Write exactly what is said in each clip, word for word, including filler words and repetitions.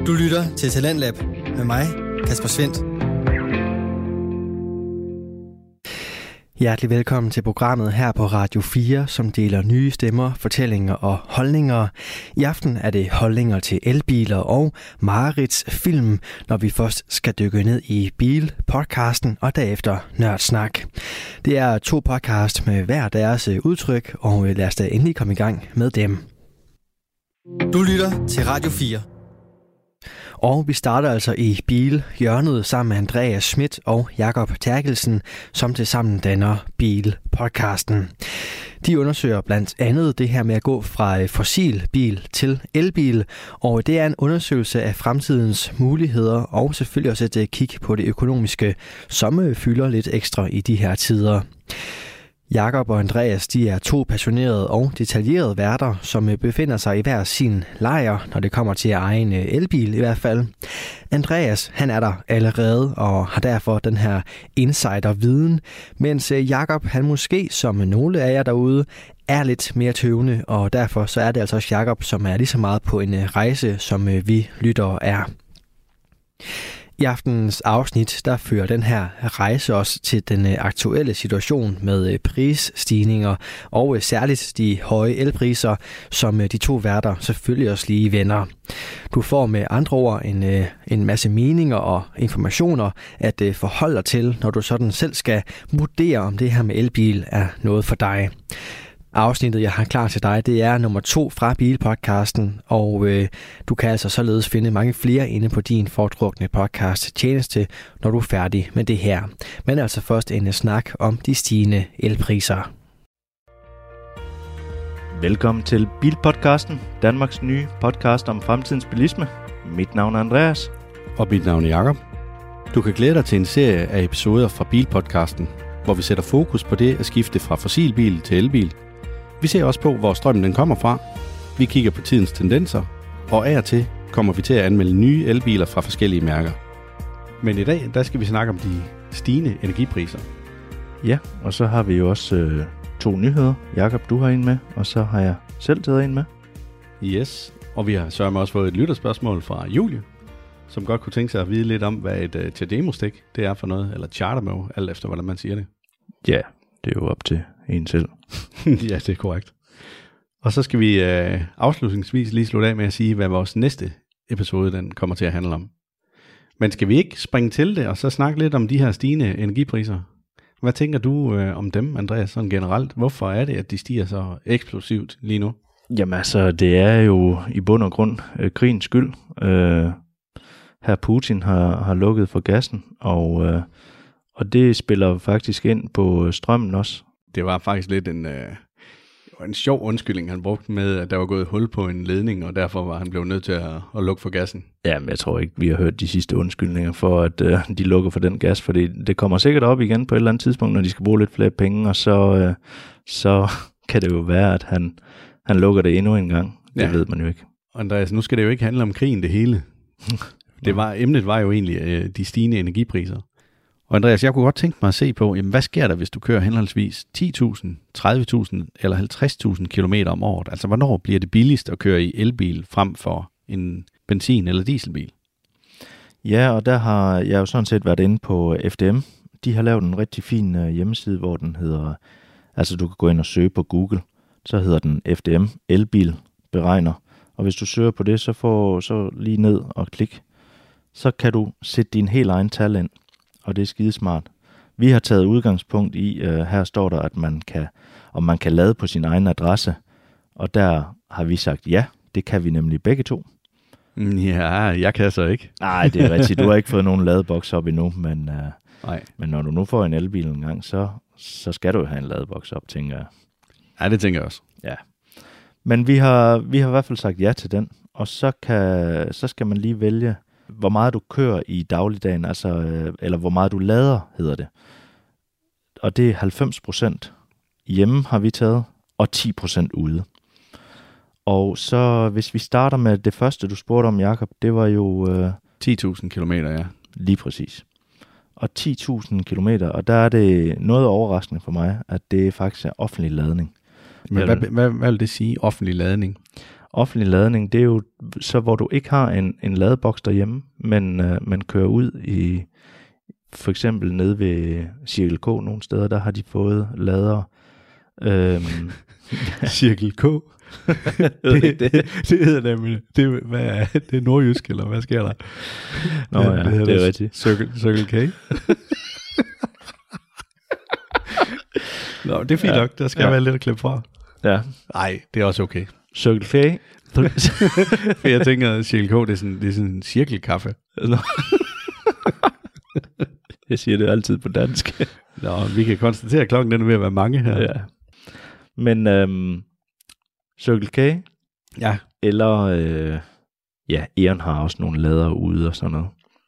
Du lytter til Talentlab med mig, Kasper Svendt. Hjertelig velkommen til programmet her på Radio fire, som deler nye stemmer, fortællinger og holdninger. I aften er det holdninger til elbiler og Marits film, når vi først skal dykke ned i bilpodcasten og derefter nørdsnak. Det er to podcast med hver deres udtryk, og lad os da endelig komme i gang med dem. Du lytter til Radio fire. Og vi starter altså i Bilhjørnet sammen med Andreas Schmidt og Jakob Terkelsen, som tilsammen danner Bilpodcasten. De undersøger blandt andet det her med at gå fra fossil bil til elbil, og det er en undersøgelse af fremtidens muligheder og selvfølgelig også et kig på det økonomiske, som fylder lidt ekstra i de her tider. Jakob og Andreas, de er to passionerede og detaljerede værter, som befinder sig i hver sin lejr, når det kommer til egen elbil i hvert fald. Andreas, han er der allerede og har derfor den her insider-viden, mens Jakob, han måske som nogle af jer derude, er lidt mere tøvende, og derfor så er det altså også Jakob, som er lige så meget på en rejse, som vi lyttere er. I aftenens afsnit, der fører den her rejse os til den aktuelle situation med prisstigninger og særligt de høje elpriser, som de to værter selvfølgelig også lige vender. Du får med andre ord en, en masse meninger og informationer at forholde dig til, når du sådan selv skal vurdere, om det her med elbil er noget for dig. Afsnittet, jeg har klar til dig, det er nummer to fra Bilpodcasten, og øh, du kan altså således finde mange flere inde på din foretrukne podcast tjeneste, når du er færdig med det her. Men altså først en snak om de stigende elpriser. Velkommen til Bilpodcasten, Danmarks nye podcast om fremtidens bilisme. Mit navn er Andreas. Og mit navn er Jakob. Du kan glæde dig til en serie af episoder fra Bilpodcasten, hvor vi sætter fokus på det at skifte fra fossilbil til elbil. Vi ser også på, hvor strømmen den kommer fra. Vi kigger på tidens tendenser, og af og til kommer vi til at anmelde nye elbiler fra forskellige mærker. Men i dag, der skal vi snakke om de stigende energipriser. Ja, og så har vi jo også øh, to nyheder. Jakob, du har en med, og så har jeg selv taget en med. Yes, og vi har sørget også fået et lytterspørgsmål fra Julie, som godt kunne tænke sig at vide lidt om, hvad et uh, CHAdeMO-stik det er for noget, eller CHAdeMO, alt efter hvordan man siger det. Ja, det er jo op til en selv. Ja, det er korrekt. Og så skal vi uh, afslutningsvis lige slutte af med at sige, hvad vores næste episode den kommer til at handle om. Men skal vi ikke springe til det, og så snakke lidt om de her stigende energipriser? Hvad tænker du uh, om dem, Andreas, sådan generelt? Hvorfor er det, at de stiger så eksplosivt lige nu? Jamen altså, det er jo i bund og grund øh, krigens skyld. Øh, Her Putin har, har lukket for gassen, og, øh, og det spiller faktisk ind på strømmen også. Det var faktisk lidt en, øh, en sjov undskyldning, han brugte med, at der var gået hul på en ledning, og derfor var han blevet nødt til at, at lukke for gassen. Jamen, jeg tror ikke, vi har hørt de sidste undskyldninger for, at øh, de lukker for den gas, fordi det kommer sikkert op igen på et eller andet tidspunkt, når de skal bruge lidt flere penge, og så, øh, så kan det jo være, at han, han lukker det endnu en gang. Det ja. Ved man jo ikke. Andreas, nu skal det jo ikke handle om krigen det hele. Det var, emnet var jo egentlig øh, de stigende energipriser. Og Andreas, jeg kunne godt tænke mig at se på, jamen, hvad sker der, hvis du kører henholdsvis ti tusind, tredive tusind eller halvtreds tusind kilometer om året? Altså, hvornår bliver det billigst at køre i elbil frem for en benzin- eller dieselbil? Ja, og der har jeg jo sådan set været inde på F D M. De har lavet en rigtig fin uh, hjemmeside, hvor den hedder, altså du kan gå ind og søge på Google, så hedder den F D M Elbil Beregner. Og hvis du søger på det, så får så lige ned og klik. Så kan du sætte din helt egen tal ind, og det er skidesmart. Vi har taget udgangspunkt i, uh, her står der, at man kan, om man kan lade på sin egen adresse, og der har vi sagt ja, det kan vi nemlig begge to. Ja, jeg kan så ikke. Nej, det er rigtigt. Du har ikke fået nogen ladeboks op endnu, men, uh, Nej. men når du nu får en elbil en gang, så, så skal du jo have en ladeboks op, tænker jeg. Ja, det tænker jeg også. Ja. Men vi har, vi har i hvert fald sagt ja til den, og så, kan, så skal man lige vælge, hvor meget du kører i dagligdagen, altså, eller hvor meget du lader, hedder det. Og det er halvfems procent hjemme har vi taget, og ti procent ude. Og så hvis vi starter med det første, du spurgte om, Jakob, det var jo... Øh, ti tusind kilometer, ja. Lige præcis. Og ti tusind kilometer, og der er det noget overraskende for mig, at det faktisk er offentlig ladning. Men hvad, hvad, hvad vil det sige, offentlig ladning? offentlig ladning, det er jo så, hvor du ikke har en, en ladeboks derhjemme, men øh, man kører ud i, for eksempel nede ved Cirkel K nogle steder, der har de fået lader. Øhm, Cirkel K? det, det, det hedder nemlig, det, hvad er, det er nordjysk, eller hvad sker der? Nå ja, ja det, det er rigtigt. Cirkel, Cirkel K? Nå, det er fint ja. nok, der skal ja. være lidt at klippe fra. Ja. Nej, det er også okay. Cirkel K? For jeg tænker, at Cirkel K, det er sådan, det er sådan en cirkelkaffe. Jeg siger det altid på dansk. Nå, vi kan konstatere, at klokken den er ved at være mange her. Ja. Men øhm, Cirkel K, ja. eller øh, ja, Eon har også nogle lader ude og sådan noget.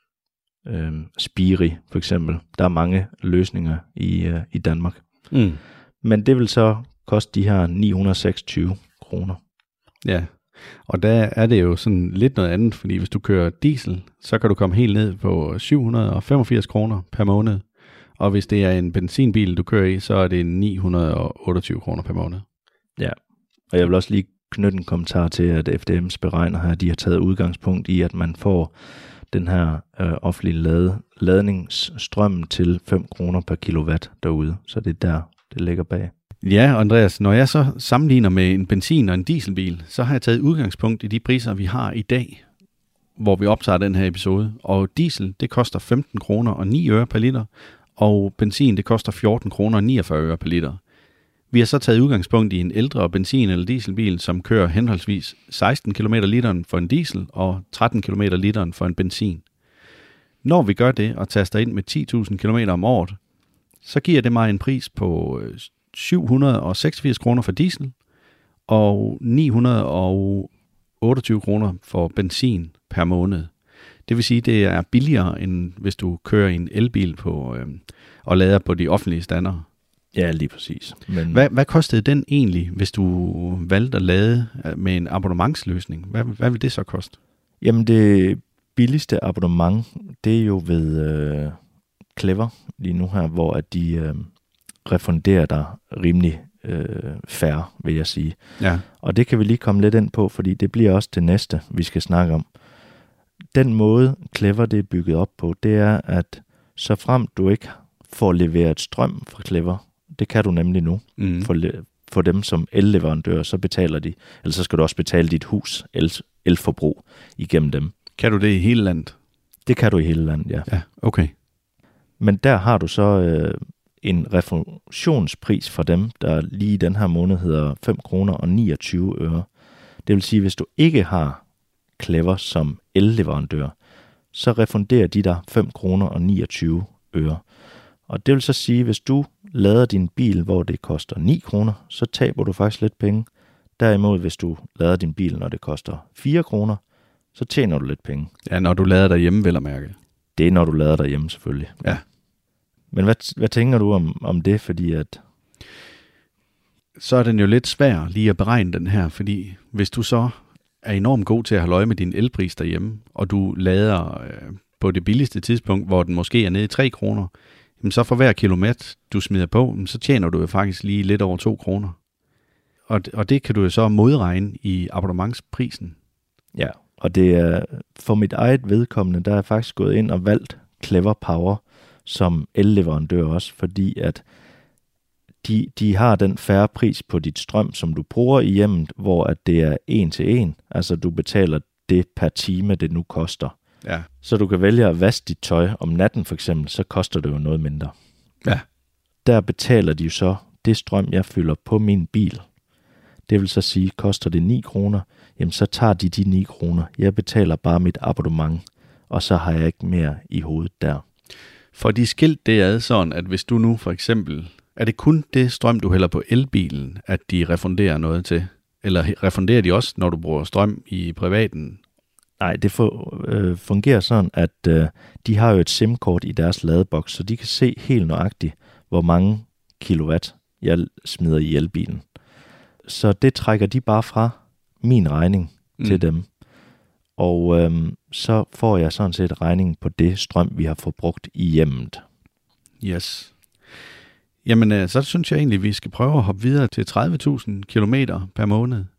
Øhm, Spiri for eksempel. Der er mange løsninger i, øh, i Danmark. Mm. Men det vil så koste de her ni hundrede og seksogtyve kroner. Ja, og der er det jo sådan lidt noget andet, fordi hvis du kører diesel, så kan du komme helt ned på syv hundrede og femogfirs kroner per måned. Og hvis det er en benzinbil, du kører i, så er det ni hundrede og otteogtyve kroner per måned. Ja, og jeg vil også lige knytte en kommentar til, at F D M's beregner her, de har taget udgangspunkt i, at man får den her øh, offentlige lade, ladningsstrøm til fem kroner per kilowatt derude. Så det er der, det ligger bag. Ja, Andreas, når jeg så sammenligner med en benzin- og en dieselbil, så har jeg taget udgangspunkt i de priser, vi har i dag, hvor vi optager den her episode. Og diesel, det koster femten kroner og ni øre per liter, og benzin, det koster fjorten kroner og niogfyrre øre per liter. Vi har så taget udgangspunkt i en ældre benzin- eller dieselbil, som kører henholdsvis seksten kilometer literen for en diesel og tretten kilometer literen for en benzin. Når vi gør det og taster ind med ti tusind kilometer om året, så giver det mig en pris på syv hundrede og seksogfirs kroner for diesel og ni hundrede og otteogtyve kroner for benzin per måned. Det vil sige, at det er billigere, end hvis du kører i en elbil på, øh, og lader på de offentlige standarder. Ja, lige præcis. Men hvad, hvad kostede den egentlig, hvis du valgte at lade med en abonnementsløsning? Hvad, hvad vil det så koste? Jamen det billigste abonnement, det er jo ved øh, Clever lige nu her, hvor at de øh, refunderer dig rimelig øh, fair, vil jeg sige. Ja. Og det kan vi lige komme lidt ind på, fordi det bliver også det næste, vi skal snakke om. Den måde Clever det er bygget op på, det er, at så frem du ikke får leveret strøm fra Clever, det kan du nemlig nu, mm. for, for dem som elleverandør, så betaler de, eller så skal du også betale dit hus el, elforbrug igennem dem. Kan du det i hele landet? Det kan du i hele landet, ja. Ja, okay. Men der har du så øh, en refusionspris for dem, der lige i den her måned hedder fem kroner og niogtyve øre. Det vil sige, hvis du ikke har Clever som elleverandør, så refunderer de dig fem kroner og niogtyve øre. Og det vil så sige, hvis du lader din bil, hvor det koster ni kroner, så taber du faktisk lidt penge. Derimod, hvis du lader din bil, når det koster fire kroner, så tjener du lidt penge. Ja, når du lader derhjemme, vel at mærke. Det er, når du lader derhjemme, selvfølgelig. Ja. Men hvad, hvad tænker du om, om det, fordi at... Så er den jo lidt svær lige at beregne den her, fordi hvis du så er enormt god til at holde øje med din elpris derhjemme, og du lader øh, på det billigste tidspunkt, hvor den måske er nede i tre kroner, jamen så for hver kilometer, du smider på, så tjener du jo faktisk lige lidt over to kroner. Og, og det kan du jo så modregne i abonnementsprisen. Ja, og det er for mit eget vedkommende, der er jeg faktisk gået ind og valgt Clever Power som elleverandør også, fordi at de, de har den færre pris på dit strøm, som du bruger i hjemmet, hvor at det er en til en. Altså du betaler det per time, det nu koster. Ja. Så du kan vælge at vaske dit tøj om natten for eksempel, så koster det jo noget mindre. Ja. Der betaler de jo så det strøm, jeg fylder på min bil. Det vil så sige, koster det ni kroner, jamen så tager de de ni kroner. Jeg betaler bare mit abonnement, og så har jeg ikke mere i hovedet der. For de skilt det ad sådan, at hvis du nu for eksempel, er det kun det strøm, du hælder på elbilen, at de refunderer noget til? Eller refunderer de også, når du bruger strøm i privaten? Nej, det for, øh, fungerer sådan, at øh, de har jo et SIM-kort i deres ladeboks, så de kan se helt nøjagtigt, hvor mange kilowatt jeg smider i elbilen. Så det trækker de bare fra min regning mm. til dem. Og øhm, så får jeg sådan set regningen på det strøm, vi har forbrugt i hjemmet. Yes. Jamen, øh, så synes jeg egentlig, at vi skal prøve at hoppe videre til tredive tusind kilometer per måned.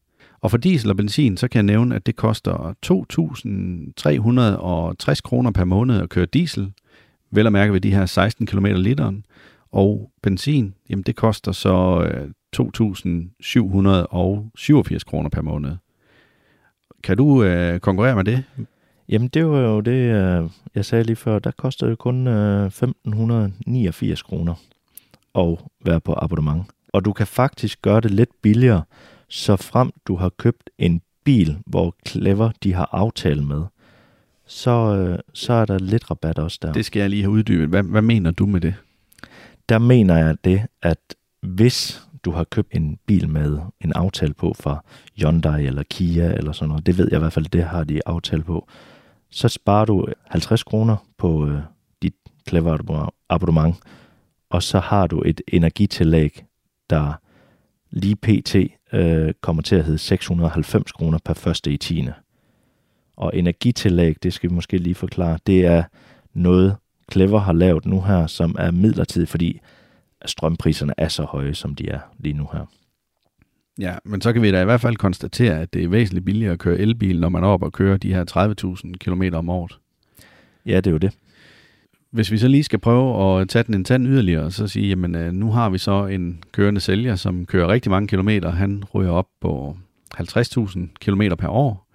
Og for diesel og benzin, så kan jeg nævne, at det koster to tusind tre hundrede og tres kroner per måned at køre diesel, vel at mærke ved de her seksten kilometer literen. Og benzin, jamen det koster så to tusind syv hundrede og syvogfirs kroner per måned. Kan du øh, konkurrere med det? Jamen det var jo det, jeg sagde lige før. Der koster det kun femten niogfirs kroner at være på abonnement. Og du kan faktisk gøre det lidt billigere, så frem du har købt en bil, hvor Clever de har aftale med, så, så er der lidt rabat også der. Det skal jeg lige have uddybet. Hvad, hvad mener du med det? Der mener jeg det, at hvis du har købt en bil med en aftale på fra Hyundai eller Kia eller sådan noget, det ved jeg i hvert fald, det har de aftale på, så sparer du halvtreds kroner på øh, dit Clever abonnement, og så har du et energitillæg, der lige pt. Øh, kommer til at hedde seks hundrede og halvfems kroner per første i tiende. Og energitillæg, det skal vi måske lige forklare, det er noget, Clever har lavet nu her, som er midlertidigt, fordi strømpriserne er så høje, som de er lige nu her. Ja, men så kan vi da i hvert fald konstatere, at det er væsentligt billigere at køre elbil, når man er oppe og kører de her tredive tusind kilometer om året. Ja, det er jo det. Hvis vi så lige skal prøve at tage den en tand yderligere, så sige, jamen nu har vi så en kørende sælger, som kører rigtig mange kilometer. Han ryger op på halvtreds tusind kilometer per år.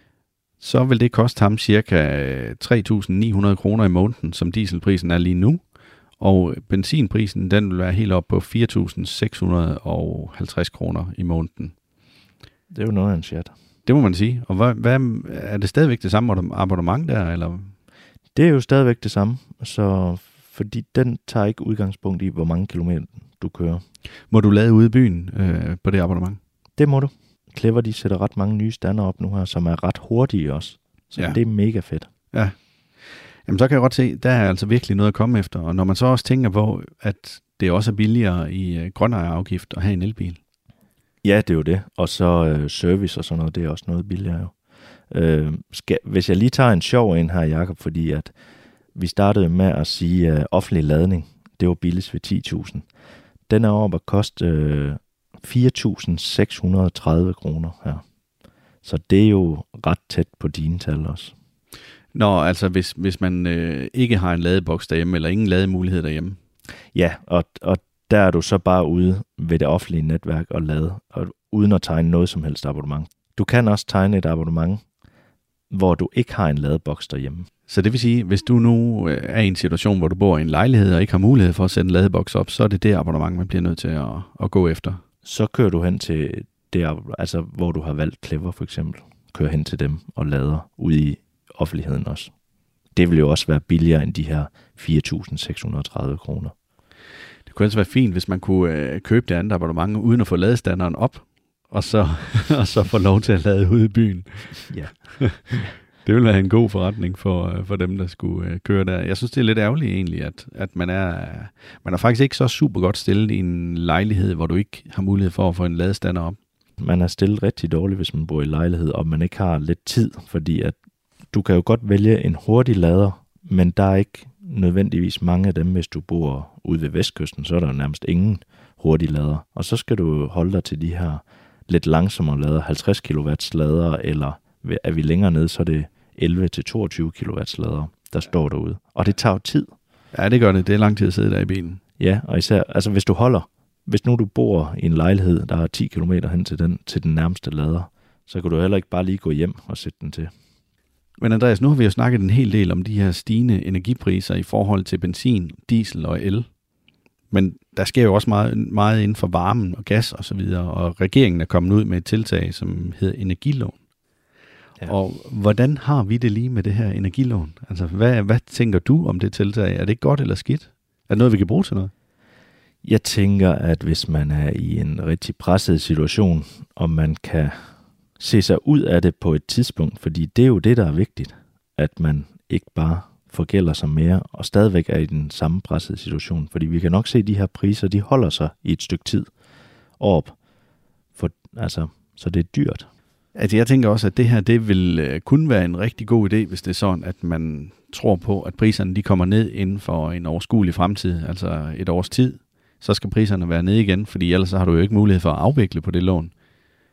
Så vil det koste ham cirka tre tusind ni hundrede kroner i måneden, som dieselprisen er lige nu. Og benzinprisen, den vil være helt op på fire tusind seks hundrede og halvtreds kroner i måneden. Det er jo noget af en chat. Det må man sige. Og hvad, hvad, er det stadigvæk det samme abonnement der, eller? Det er jo stadigvæk det samme, så fordi den tager ikke udgangspunkt i, hvor mange kilometer du kører. Må du lade ude i byen øh, på det abonnement? Det må du. Clever, de sætter ret mange nye standarder op nu her, som er ret hurtige også. Så ja. Det er mega fedt. Ja. Jamen så kan jeg godt se, der er altså virkelig noget at komme efter. Og når man så også tænker på, at det også er billigere i øh, grønejerafgift at have en elbil. Ja, det er jo det. Og så øh, service og sådan noget, det er også noget billigere jo. Øh, skal, hvis jeg lige tager en sjov ind her, Jakob, fordi at vi startede med at sige uh, offentlig ladning, det var billigst ved ti tusind. Den er oppe at koste uh, fire tusind seks hundrede og tredive kroner her. Så det er jo ret tæt på dine tal også. Nå, altså hvis, hvis man øh, ikke har en ladeboks derhjemme, eller ingen lademulighed derhjemme. Ja, og, og der er du så bare ude ved det offentlige netværk og lade, og uden at tegne noget som helst abonnement. Du kan også tegne et abonnement, hvor du ikke har en ladeboks derhjemme. Så det vil sige, hvis du nu er i en situation, hvor du bor i en lejlighed og ikke har mulighed for at sætte en ladeboks op, så er det det abonnement, man bliver nødt til at, at gå efter. Så kører du hen til det, altså hvor du har valgt Clever for eksempel. Kører hen til dem og lader ude i offentligheden også. Det vil jo også være billigere end de her fire tusind seks hundrede og tredive kroner. Det kunne altså være fint, hvis man kunne øh, købe det andet abonnement, uden at få ladestandarden op, og så, og så få lov til at lade ude i byen. Ja. Det ville være en god forretning for, for dem, der skulle øh, køre der. Jeg synes, det er lidt ærgerligt egentlig, at, at man, er, man er faktisk ikke så super godt stillet i en lejlighed, hvor du ikke har mulighed for at få en ladestander op. Man er stillet rigtig dårligt, hvis man bor i lejlighed, og man ikke har lidt tid, fordi at du kan jo godt vælge en hurtig lader, men der er ikke nødvendigvis mange af dem, hvis du bor ude ved vestkysten, så er der jo nærmest ingen hurtige lader. Og så skal du holde dig til de her lidt langsommere lader, halvtreds kilowatt lader, eller er vi længere nede, så er det elleve til toogtyve kilowatt lader, der står derude. Og det tager jo tid. Ja, det gør det. Det er lang tid at sidde der i bilen. Ja, og især, altså hvis du holder, hvis nu du bor i en lejlighed, der er ti kilometer hen til den, til den nærmeste lader, så kan du heller ikke bare lige gå hjem og sætte den til. Men Andreas, nu har vi jo snakket en hel del om de her stigende energipriser i forhold til benzin, diesel og el. Men der sker jo også meget, meget inden for varmen og gas og så videre, og regeringen er kommet ud med et tiltag, som hedder energilån. Ja. Og hvordan har vi det lige med det her energilån? Altså, hvad, hvad tænker du om det tiltag? Er det godt eller skidt? Er det noget, vi kan bruge til noget? Jeg tænker, at hvis man er i en rigtig presset situation, og man kan se sig ud af det på et tidspunkt, fordi det er jo det, der er vigtigt, at man ikke bare forgælder sig mere, og stadigvæk er i den samme pressede situation, fordi vi kan nok se, at de her priser, de holder sig i et stykke tid op, for, altså, så det er dyrt. Altså, jeg tænker også, at det her, det vil øh, kun være en rigtig god idé, hvis det er sådan, at man tror på, at priserne de kommer ned inden for en overskuelig fremtid, altså et års tid. Så skal priserne være nede igen, fordi ellers så har du jo ikke mulighed for at afvikle på det lån.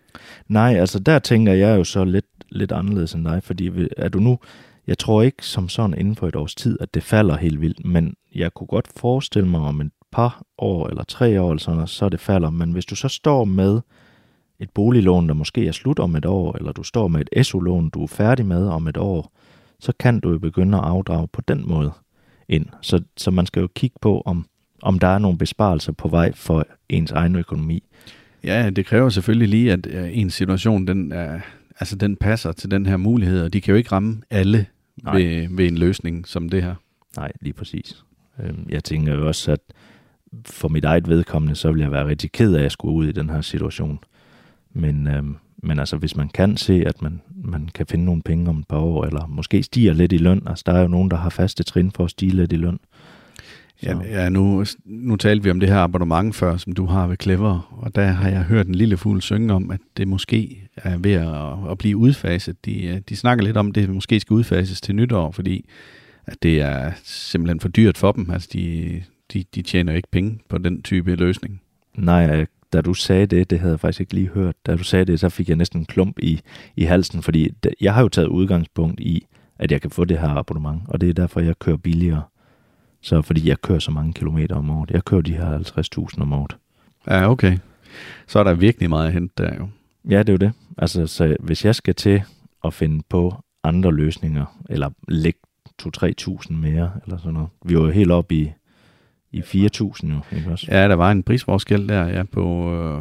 Nej, altså der tænker jeg jo så lidt, lidt anderledes end dig, fordi er du nu, jeg tror ikke som sådan inden for et års tid, at det falder helt vildt, men jeg kunne godt forestille mig om et par år eller tre år, eller sådan, så det falder. Men hvis du så står med et boliglån, der måske er slut om et år, eller du står med et S U-lån, du er færdig med om et år, så kan du jo begynde at afdrage på den måde ind. Så, så man skal jo kigge på, om, om der er nogle besparelser på vej for ens egen økonomi. Ja, det kræver selvfølgelig lige, at ens situation den, er, altså den passer til den her mulighed, og de kan jo ikke ramme alle ved, ved en løsning som det her. Nej, lige præcis. Jeg tænker jo også, at for mit eget vedkommende, så vil jeg være rigtig ked af at skulle ud i den her situation. Men, øhm, men altså, hvis man kan se, at man, man kan finde nogle penge om et par år, eller måske stiger lidt i løn, altså der er jo nogen, der har faste trin for at stige lidt i løn. Ja, ja nu, nu talte vi om det her abonnement før, som du har ved Clever, og der har jeg hørt en lille fugl synge om, at det måske er ved at, at blive udfaset. De, de snakker lidt om, at det måske skal udfases til nytår, fordi at det er simpelthen for dyrt for dem. Altså, de, de, de tjener ikke penge på den type løsning. Nej, da du sagde det, det havde jeg faktisk ikke lige hørt. Da du sagde det, så fik jeg næsten en klump i, i halsen, fordi jeg har jo taget udgangspunkt i, at jeg kan få det her abonnement, og det er derfor, jeg kører billigere. Så fordi jeg kører så mange kilometer om året. Jeg kører de her halvtreds tusind om året. Ja, okay. Så er der virkelig meget at hente der jo. Ja, det er jo det. Altså, så hvis jeg skal til at finde på andre løsninger, eller lægge to til tre tusind mere, eller sådan noget. Vi var jo helt oppe i, i fire tusind jo, ikke også? Ja, der var en prisforskel der, ja, på øh,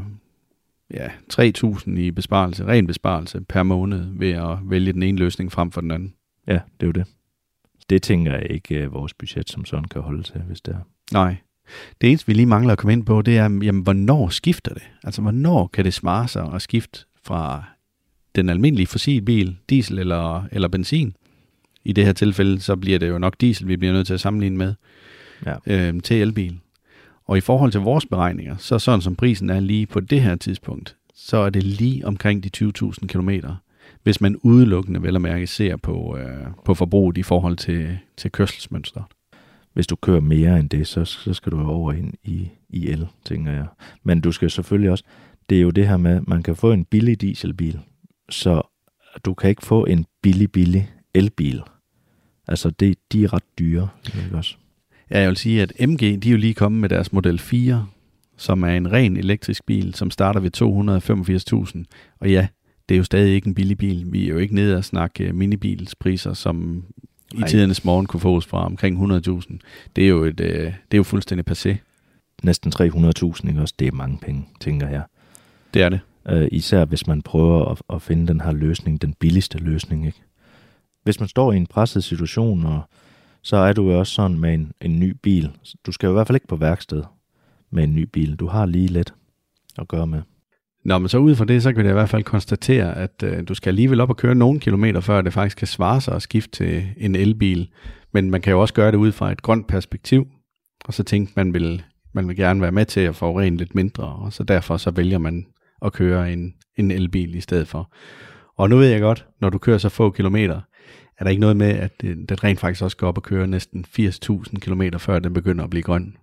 ja, tre tusind i besparelse, ren besparelse per måned, ved at vælge den ene løsning frem for den anden. Ja, det er jo det. Det tænker jeg ikke, at vores budget som sådan kan holde til, hvis det er. Nej. Det eneste, vi lige mangler at komme ind på, det er, jamen, hvornår skifter det? Altså, hvornår kan det svare sig at skifte fra den almindelige fossilbil, diesel eller, eller benzin? I det her tilfælde, så bliver det jo nok diesel, vi bliver nødt til at sammenligne med, ja. øh, til elbil. Og i forhold til vores beregninger, så sådan som prisen er lige på det her tidspunkt, så er det lige omkring de tyve tusind kilometer, hvis man udelukkende vel at mærke ser på, øh, på forbruget i forhold til, til kørselsmønstret. Hvis du kører mere end det, så, så skal du over ind i, i el, tænker jeg. Men du skal selvfølgelig også, det er jo det her med, man kan få en billig dieselbil, så du kan ikke få en billig, billig elbil. Altså, det, de er ret dyre, ikke også? Ja, jeg vil sige, at M G, de er jo lige kommet med deres Model fire, som er en ren elektrisk bil, som starter ved to hundrede og femogfirs tusind. Og ja, det er jo stadig ikke en billig bil. Vi er jo ikke nede at snakke minibilspriser, som i Ej. tidernes morgen kunne fås fra omkring hundrede tusind. Det er jo, et, det er jo fuldstændig passé. Næsten tre hundrede tusind, ikke også? Det er mange penge, tænker jeg. Det er det. Uh, især hvis man prøver at, at finde den her løsning, den billigste løsning, ikke? Hvis man står i en presset situation, og så er du jo også sådan med en, en ny bil. Du skal jo i hvert fald ikke på værksted med en ny bil. Du har lige lidt at gøre med. Nå, men så ud fra det, så kan vi i hvert fald konstatere, at øh, du skal alligevel op og køre nogle kilometer, før det faktisk kan svare sig at skifte til en elbil. Men man kan jo også gøre det ud fra et grønt perspektiv, og så tænker man, vil, man vil gerne være med til at forurene lidt mindre, og så derfor så vælger man at køre en, en elbil i stedet for. Og nu ved jeg godt, når du kører så få kilometer, er der ikke noget med, at det, det rent faktisk også går op og køre næsten firs tusind kilometer, før den begynder at blive grøn.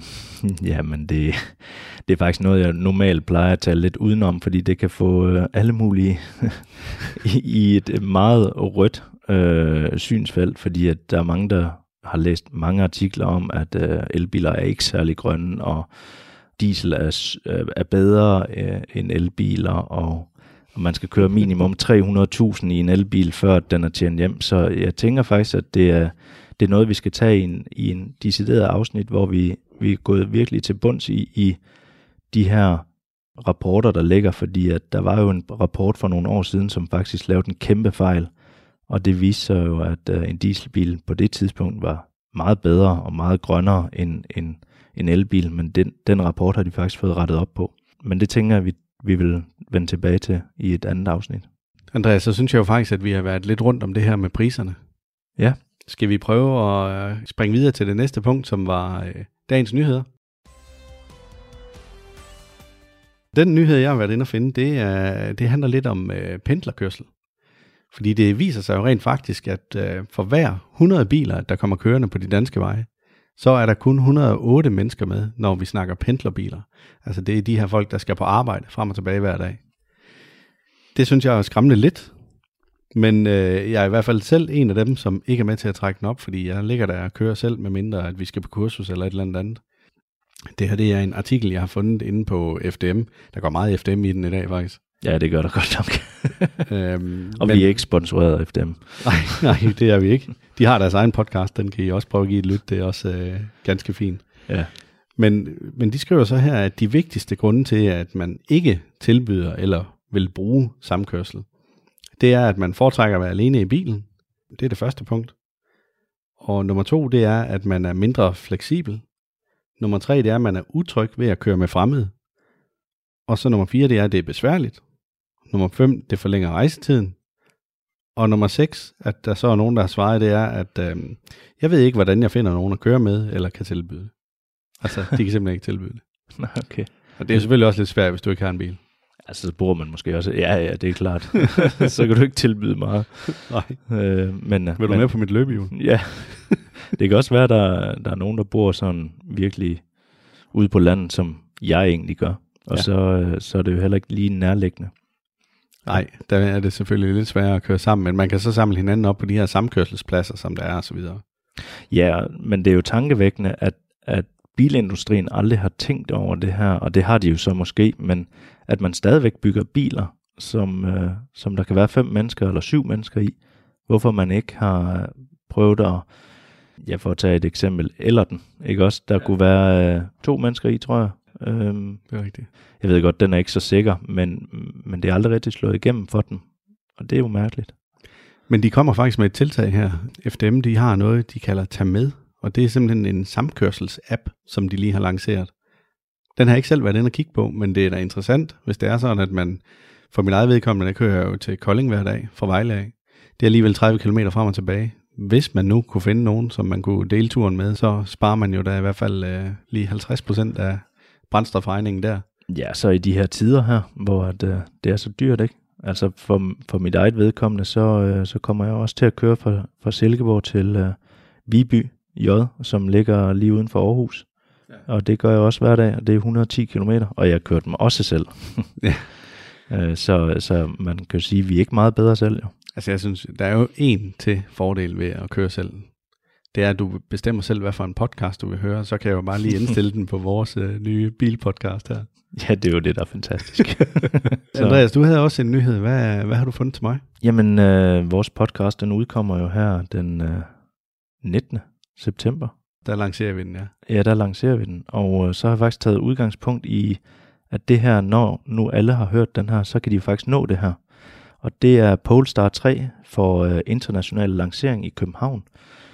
Ja, men det, det er faktisk noget, jeg normalt plejer at tale lidt udenom, fordi det kan få øh, alle mulige i, i et meget rødt øh, synsfelt, fordi at der er mange, der har læst mange artikler om, at øh, elbiler er ikke særlig grønne, og diesel er, øh, er bedre øh, end elbiler, og, og man skal køre minimum tre hundrede tusind i en elbil, før den er tjent hjem. Så jeg tænker faktisk, at det er, det er noget, vi skal tage i en, i en decideret afsnit, hvor vi Vi er gået virkelig til bunds i, i de her rapporter, der ligger, fordi at der var jo en rapport for nogle år siden, som faktisk lavede en kæmpe fejl, og det viste sig jo, at uh, en dieselbil på det tidspunkt var meget bedre og meget grønnere end en, en elbil, men den, den rapport har de faktisk fået rettet op på. Men det tænker jeg, vi, vi vil vende tilbage til i et andet afsnit. Andreas, så synes jeg jo faktisk, at vi har været lidt rundt om det her med priserne. Ja. Skal vi prøve at springe videre til det næste punkt, som var øh, dagens nyheder? Den nyhed, jeg har været inde at finde, det, er, det handler lidt om øh, pendlerkørsel. Fordi det viser sig jo rent faktisk, at øh, for hver hundrede biler, der kommer kørende på de danske veje, så er der kun et hundrede og otte mennesker med, når vi snakker pendlerbiler. Altså det er de her folk, der skal på arbejde frem og tilbage hver dag. Det synes jeg er skræmmende lidt. Men øh, jeg er i hvert fald selv en af dem, som ikke er med til at trække den op, fordi jeg ligger der og kører selv, med mindre at vi skal på kursus eller et eller andet andet. Det her det er en artikel, jeg har fundet inde på F D M. Der går meget F D M i den i dag, faktisk. Ja, det gør der godt nok. øhm, og men, vi er ikke sponsoreret af F D M. Nej, nej, det er vi ikke. De har deres egen podcast, den kan I også prøve at give et lyt. Det er også øh, ganske fint. Ja. Men, men de skriver så her, at de vigtigste grunde til, at man ikke tilbyder eller vil bruge samkørsel, det er, at man foretrækker at være alene i bilen. Det er det første punkt. Og nummer to, det er, at man er mindre fleksibel. Nummer tre, det er, at man er utryg ved at køre med fremmede. Og så nummer fire, det er, at det er besværligt. Nummer fem, det forlænger rejsetiden. Og nummer seks, at der så er nogen, der har svaret, det er, at øh, jeg ved ikke, hvordan jeg finder nogen at køre med, eller kan tilbyde. Altså, de kan simpelthen ikke tilbyde det. Okay. Og det er selvfølgelig også lidt svært, hvis du ikke har en bil. Altså, så bruger man måske også. Ja, ja, det er klart. Så kan du ikke tilbyde meget. Nej. Øh, men, Vil du men, med på mit løbehjul? Ja. Det kan også være, at der, der er nogen, der bor sådan virkelig ude på landet, som jeg egentlig gør. Og ja. så, så er det jo heller ikke lige nærliggende. Nej, der er det selvfølgelig lidt sværere at køre sammen, men man kan så samle hinanden op på de her samkørselspladser, som der er og så videre. Ja, men det er jo tankevækkende, at, at bilindustrien aldrig har tænkt over det her, og det har de jo så måske, men at man stadigvæk bygger biler, som, øh, som der kan være fem mennesker eller syv mennesker i. Hvorfor man ikke har prøvet at, ja, for at tage et eksempel, eller den, ikke også? Der ja. kunne være øh, to mennesker i, tror jeg. Øhm, det er rigtigt. Jeg ved godt, den er ikke så sikker, men, men det er aldrig rigtig slået igennem for dem, og det er jo mærkeligt. Men de kommer faktisk med et tiltag her. F D M, de har noget, de kalder Tag Med, og det er simpelthen en samkørsels-app, som de lige har lanceret. Den har jeg ikke selv været inde og kigge på, men det er da interessant, hvis det er sådan, at man, for min eget vedkommende, der kører jeg jo til Kolding hver dag, fra Vejle af. Det er alligevel tredive kilometer frem og tilbage. Hvis man nu kunne finde nogen, som man kunne dele turen med, så sparer man jo da i hvert fald øh, lige halvtreds procent af brændstofregningen der. Ja, så i de her tider her, hvor at, øh, det er så dyrt, ikke? Altså for, for mit eget vedkommende, så, øh, så kommer jeg også til at køre fra, fra Silkeborg til øh, Viby J, som ligger lige uden for Aarhus. Ja. Og det gør jeg også hver dag, og det er et hundrede og ti kilometer, og jeg kørte dem også selv. Ja. øh, så, så man kan sige, at vi er ikke meget bedre selv, jo. Altså jeg synes, der er jo en til fordel ved at køre selv. Det er, at du bestemmer selv, hvad for en podcast du vil høre, så kan jeg jo bare lige indstille den på vores øh, nye bilpodcast her. Ja, det er jo det, der er fantastisk. Andreas, du havde også en nyhed. Hvad, hvad har du fundet til mig? Jamen, øh, vores podcast, den udkommer jo her den øh, nittende september. Der lancerer vi den, ja. Ja, der lancerer vi den. Og øh, så har jeg faktisk taget udgangspunkt i, at det her, når nu alle har hørt den her, så kan de faktisk nå det her. Og det er Polestar tre for øh, international lancering i København.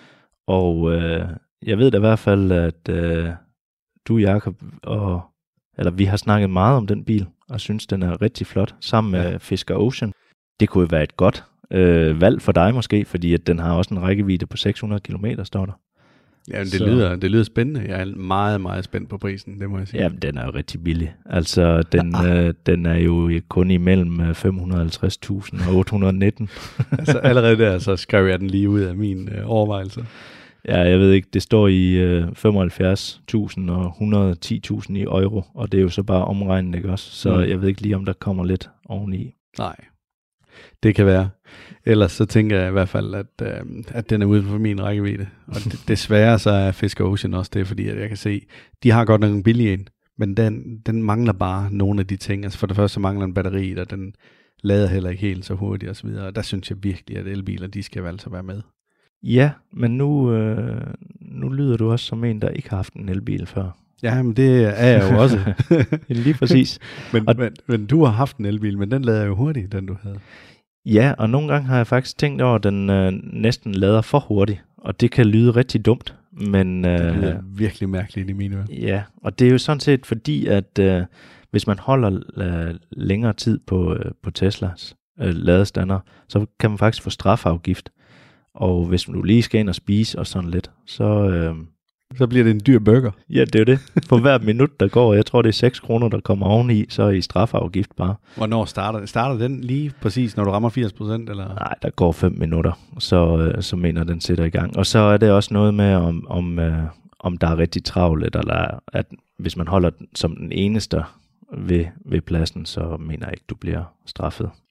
Og øh, jeg ved da i hvert fald, at øh, du, Jakob, og eller vi har snakket meget om den bil, og synes, den er rigtig flot, sammen med ja. Fisker Ocean. Det kunne jo være et godt øh, valg for dig måske, fordi at den har også en rækkevidde på seks hundrede kilometer, står der. Ja, det lyder, det lyder spændende. Jeg er meget, meget spændt på prisen, det må jeg sige. Ja, den er jo rigtig billig. Altså, den, ja. øh, den er jo kun imellem fem hundrede og halvtreds tusind og otte hundrede og nitten. Altså allerede der, så skrev jeg den lige ud af min øh, overvejelse. Ja, jeg ved ikke, det står i øh, femoghalvfjerds tusind og et hundrede og ti tusind i euro, og det er jo så bare omregnet, ikke også? Så mm. jeg ved ikke lige, om der kommer lidt oveni. Nej, det kan være. Ellers så tænker jeg i hvert fald, at, øh, at den er ude for min rækkevidde. Og det, desværre så er Fisker Ocean også det, fordi at jeg kan se, de har godt nok en billig en, men den, den mangler bare nogle af de ting. Altså for det første så mangler en batteri, og den lader heller ikke helt så hurtigt og så videre. Og der synes jeg virkelig, at elbiler, de skal altså være med. Ja, men nu, øh, nu lyder du også som en, der ikke har haft en elbil før. Ja, men det er jeg jo også. Lige præcis. men, og, men, men du har haft en elbil, men den lader jo hurtigt, den du havde. Ja, og nogle gange har jeg faktisk tænkt over, at den øh, næsten lader for hurtigt, og det kan lyde rigtig dumt. Men, øh, det lyder virkelig mærkeligt i mine ører. Ja, og det er jo sådan set fordi, at øh, hvis man holder øh, længere tid på, øh, på Teslas øh, ladestander, så kan man faktisk få strafafgift. Og hvis du lige skal ind og spise og sådan lidt, så... Øh, så bliver det en dyr burger. Ja, det er jo det. For hver minut, der går, jeg tror, det er seks kroner, der kommer oveni, så er I strafafgift bare. Hvornår starter Starter den lige præcis, når du rammer firs procent? Eller? Nej, der går fem minutter, så, øh, så mener den sætter i gang. Og så er det også noget med, om, om, øh, om der er rigtig travlt, eller at hvis man holder den som den eneste ved, ved pladsen, så mener jeg ikke, du bliver straffet.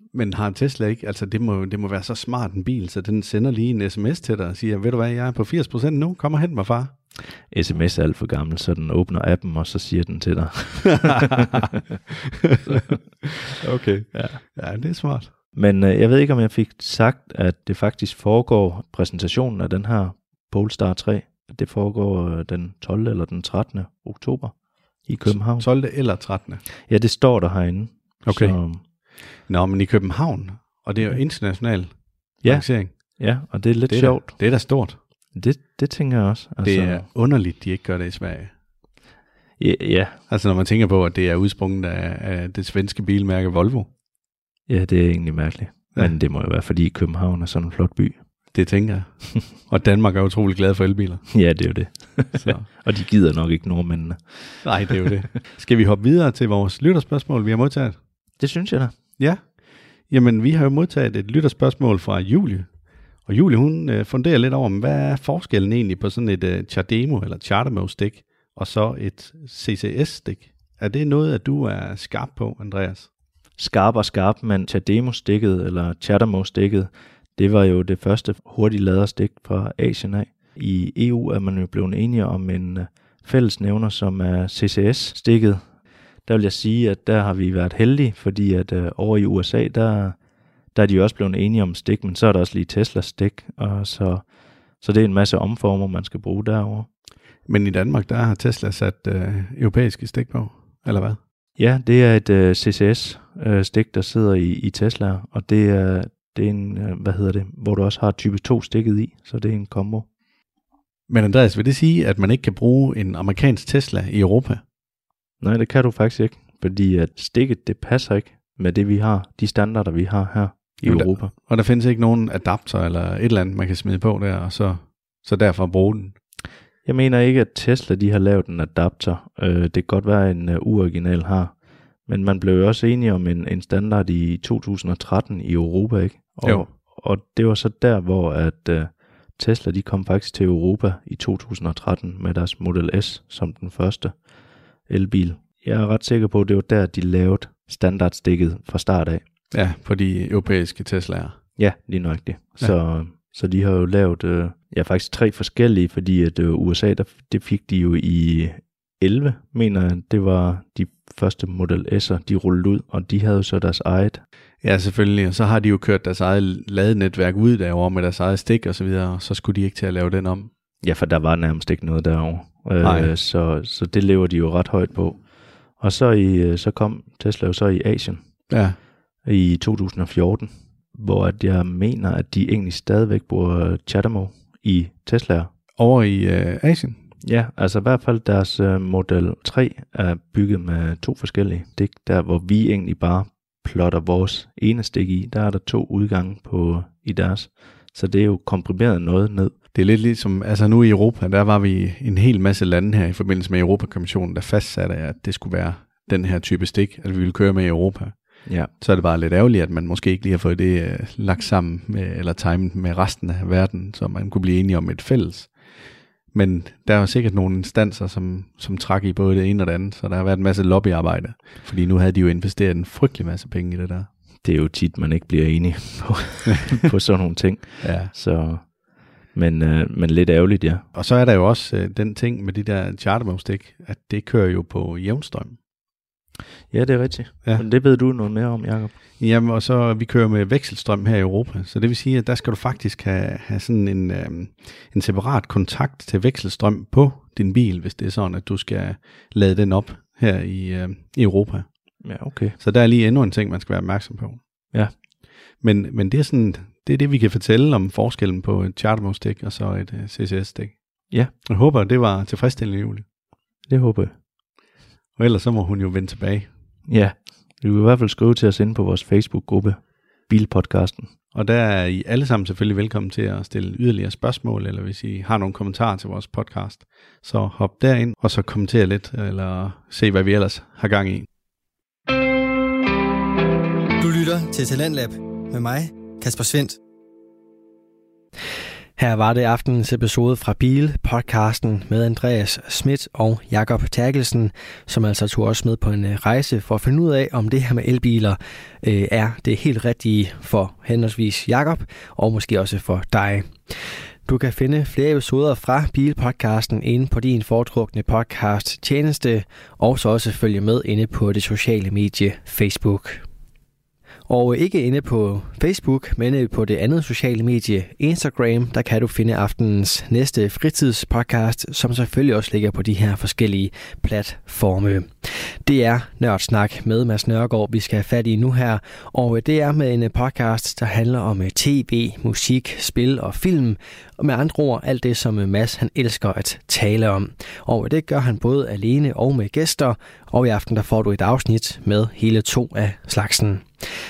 Men har en Tesla ikke, altså det må, det må være så smart en bil, så den sender lige en sms til dig og siger, ved du hvad, jeg er på firs procent nu, kom og hent mig, far. Sms er alt for gammel, så den åbner appen, og så siger den til dig. Okay, ja. Ja, det er smart. Men øh, jeg ved ikke, om jeg fik sagt, at det faktisk foregår, præsentationen af den her Polestar tre, det foregår øh, den tolvte eller den trettende oktober i København. tolvte eller trettende Ja, det står der herinde. Okay. Så, Nå, men i København, og det er jo international ja, lancering. ja, og det er lidt Det er sjovt. Da, det er da stort. Det, det tænker jeg også. Altså, Det er underligt, de ikke gør det i Sverige. ja, ja, Altså når man tænker på, at det er udsprunget af, af det svenske bilmærke Volvo. ja, det er egentlig mærkeligt. Ja. Men det må jo være, fordi København er sådan en flot by. Det tænker jeg. Og Danmark er utrolig glad for elbiler. Ja, det er jo det. Så. Og de gider nok ikke nordmændene. Nej, det er jo det. Skal vi hoppe videre til vores lytterspørgsmål, vi har modtaget? Det synes jeg da. Ja. Jamen, vi har jo modtaget et lytterspørgsmål fra Julie. Og Julie, hun øh, funderer lidt over, hvad er forskellen egentlig på sådan et øh, CHAdeMO eller CHAdeMO-stik, og så et C C S-stik? Er det noget, at du er skarp på, Andreas? Skarp og skarp, men CHAdeMO-stikket eller CHAdeMO-stikket, det var jo det første hurtige laderstik fra Asien af. I E U er man jo blevet enige om en fællesnævner, som er C C S-stikket. Der vil jeg sige, at der har vi været heldige, fordi at øh, over i U S A, der, der er de jo også blevet enige om stik, men så er der også lige Teslas stik, og så, så det er en masse omformer, man skal bruge derovre. Men i Danmark, der har Tesla sat øh, europæiske stik på, eller hvad? Ja, det er et øh, C C S-stik, der sidder i, i Tesla, og det er, det er en, øh, hvad hedder det, hvor du også har type to-stikket i, så det er en kombo. Men Andreas, vil det sige, at man ikke kan bruge en amerikansk Tesla i Europa? Nej, det kan du faktisk ikke, fordi at stikket, det passer ikke med det, vi har, de standarder, vi har her i Jamen, Europa. Der, og der findes ikke nogen adapter eller et eller andet, man kan smide på der, og så, så derfor bruge den? Jeg mener ikke, at Tesla de har lavet en adapter. Øh, det kan godt være, at en uh, uoriginal har. Men man blev jo også enige om en, en standard i to tusind og tretten i Europa, ikke? Og, Jo. og det var så der, hvor at uh, Tesla de kom faktisk til Europa i to tusind og tretten med deres Model S som den første elbil. Jeg er ret sikker på, at det var der, de lavede standardstikket fra start af. Ja, på de europæiske Teslaer. Ja, lige nøjagtigt. Ja. Så, så de har jo lavet øh, ja, faktisk tre forskellige, fordi at øh, U S A, der, det fik de jo i elleve, mener jeg, det var de første Model S'er, de rullede ud, og de havde jo så deres eget. Ja, selvfølgelig. Og så har de jo kørt deres eget ladenetværk ud derovre med deres eget stik og så videre, og så skulle de ikke til at lave den om. Ja, for der var nærmest ikke noget derovre. Øh, så, så det lever de jo ret højt på. Og så, i, så kom Tesla jo så i Asien Ja. i to tusind og fjorten, hvor at jeg mener, at de egentlig stadigvæk bruger CHAdeMO i Tesla'er. Over i øh, Asien? Ja, altså i hvert fald deres øh, Model tre er bygget med to forskellige stik, der hvor vi egentlig bare plotter vores ene stik i. Der er der to udgange på i deres, så det er jo komprimeret noget ned. Det er lidt ligesom, altså nu i Europa, der var vi en hel masse lande her i forbindelse med Europakommissionen, der fastsatte, at det skulle være den her type stik, at vi ville køre med i Europa. Ja. Så er det bare lidt ærgerligt, at man måske ikke lige har fået det øh, lagt sammen med, eller timet med resten af verden, så man kunne blive enige om et fælles. Men der er jo sikkert nogle instanser, som, som trak i både det ene og det andet, så der har været en masse lobbyarbejde, fordi nu havde de jo investeret en frygtelig masse penge i det der. Det er jo tit, man ikke bliver enig på, på sådan nogle ting. Ja. Så, men, øh, men lidt ærgerligt, ja. Og så er der jo også øh, den ting med de der CHAdeMO-stik, at det kører jo på jævnstrøm. Ja, det er rigtigt. Ja. Men det ved du noget mere om, Jacob. Jamen, og så vi kører med vekselstrøm her i Europa, så det vil sige, at der skal du faktisk have, have sådan en, øhm, en separat kontakt til vekselstrøm på din bil, hvis det er sådan, at du skal lade den op her i, øh, i Europa. Ja, okay. Så der er lige endnu en ting, man skal være opmærksom på. Ja. Men, men det er sådan, det er det, vi kan fortælle om forskellen på et CHAdeMO-stik og så et uh, C C S-stik. Ja. Jeg håber, det var tilfredsstillende, Julie. Det håber jeg. Og ellers så må hun jo vende tilbage. Ja, du kan i hvert fald skrive til os inde på vores Facebook-gruppe, Bilpodcasten. Og der er I alle sammen selvfølgelig velkommen til at stille yderligere spørgsmål, eller hvis I har nogle kommentarer til vores podcast, så hop derind, og så kommenter lidt, eller se, hvad vi ellers har gang i. Du lytter til Talentlab med mig, Kasper Svendt. Her var det aftenens episode fra Bil-podcasten med Andreas Schmidt og Jakob Terkelsen, som altså tog os med på en rejse for at finde ud af, om det her med elbiler øh, er det helt rigtige for henholdsvis Jakob og måske også for dig. Du kan finde flere episoder fra Bil-podcasten inde på din foretrukne podcast tjeneste, og så også følge med inde på det sociale medie Facebook. Og ikke inde på Facebook, men på det andet sociale medie Instagram, der kan du finde aftenens næste fritidspodcast, som selvfølgelig også ligger på de her forskellige platforme. Det er Nørdsnak med Mads Nørgaard, vi skal have fat i nu her, og det er med en podcast, der handler om tv, musik, spil og film, og med andre ord alt det, som Mads han elsker at tale om. Og det gør han både alene og med gæster, og i aften der får du et afsnit med hele to af slagsen.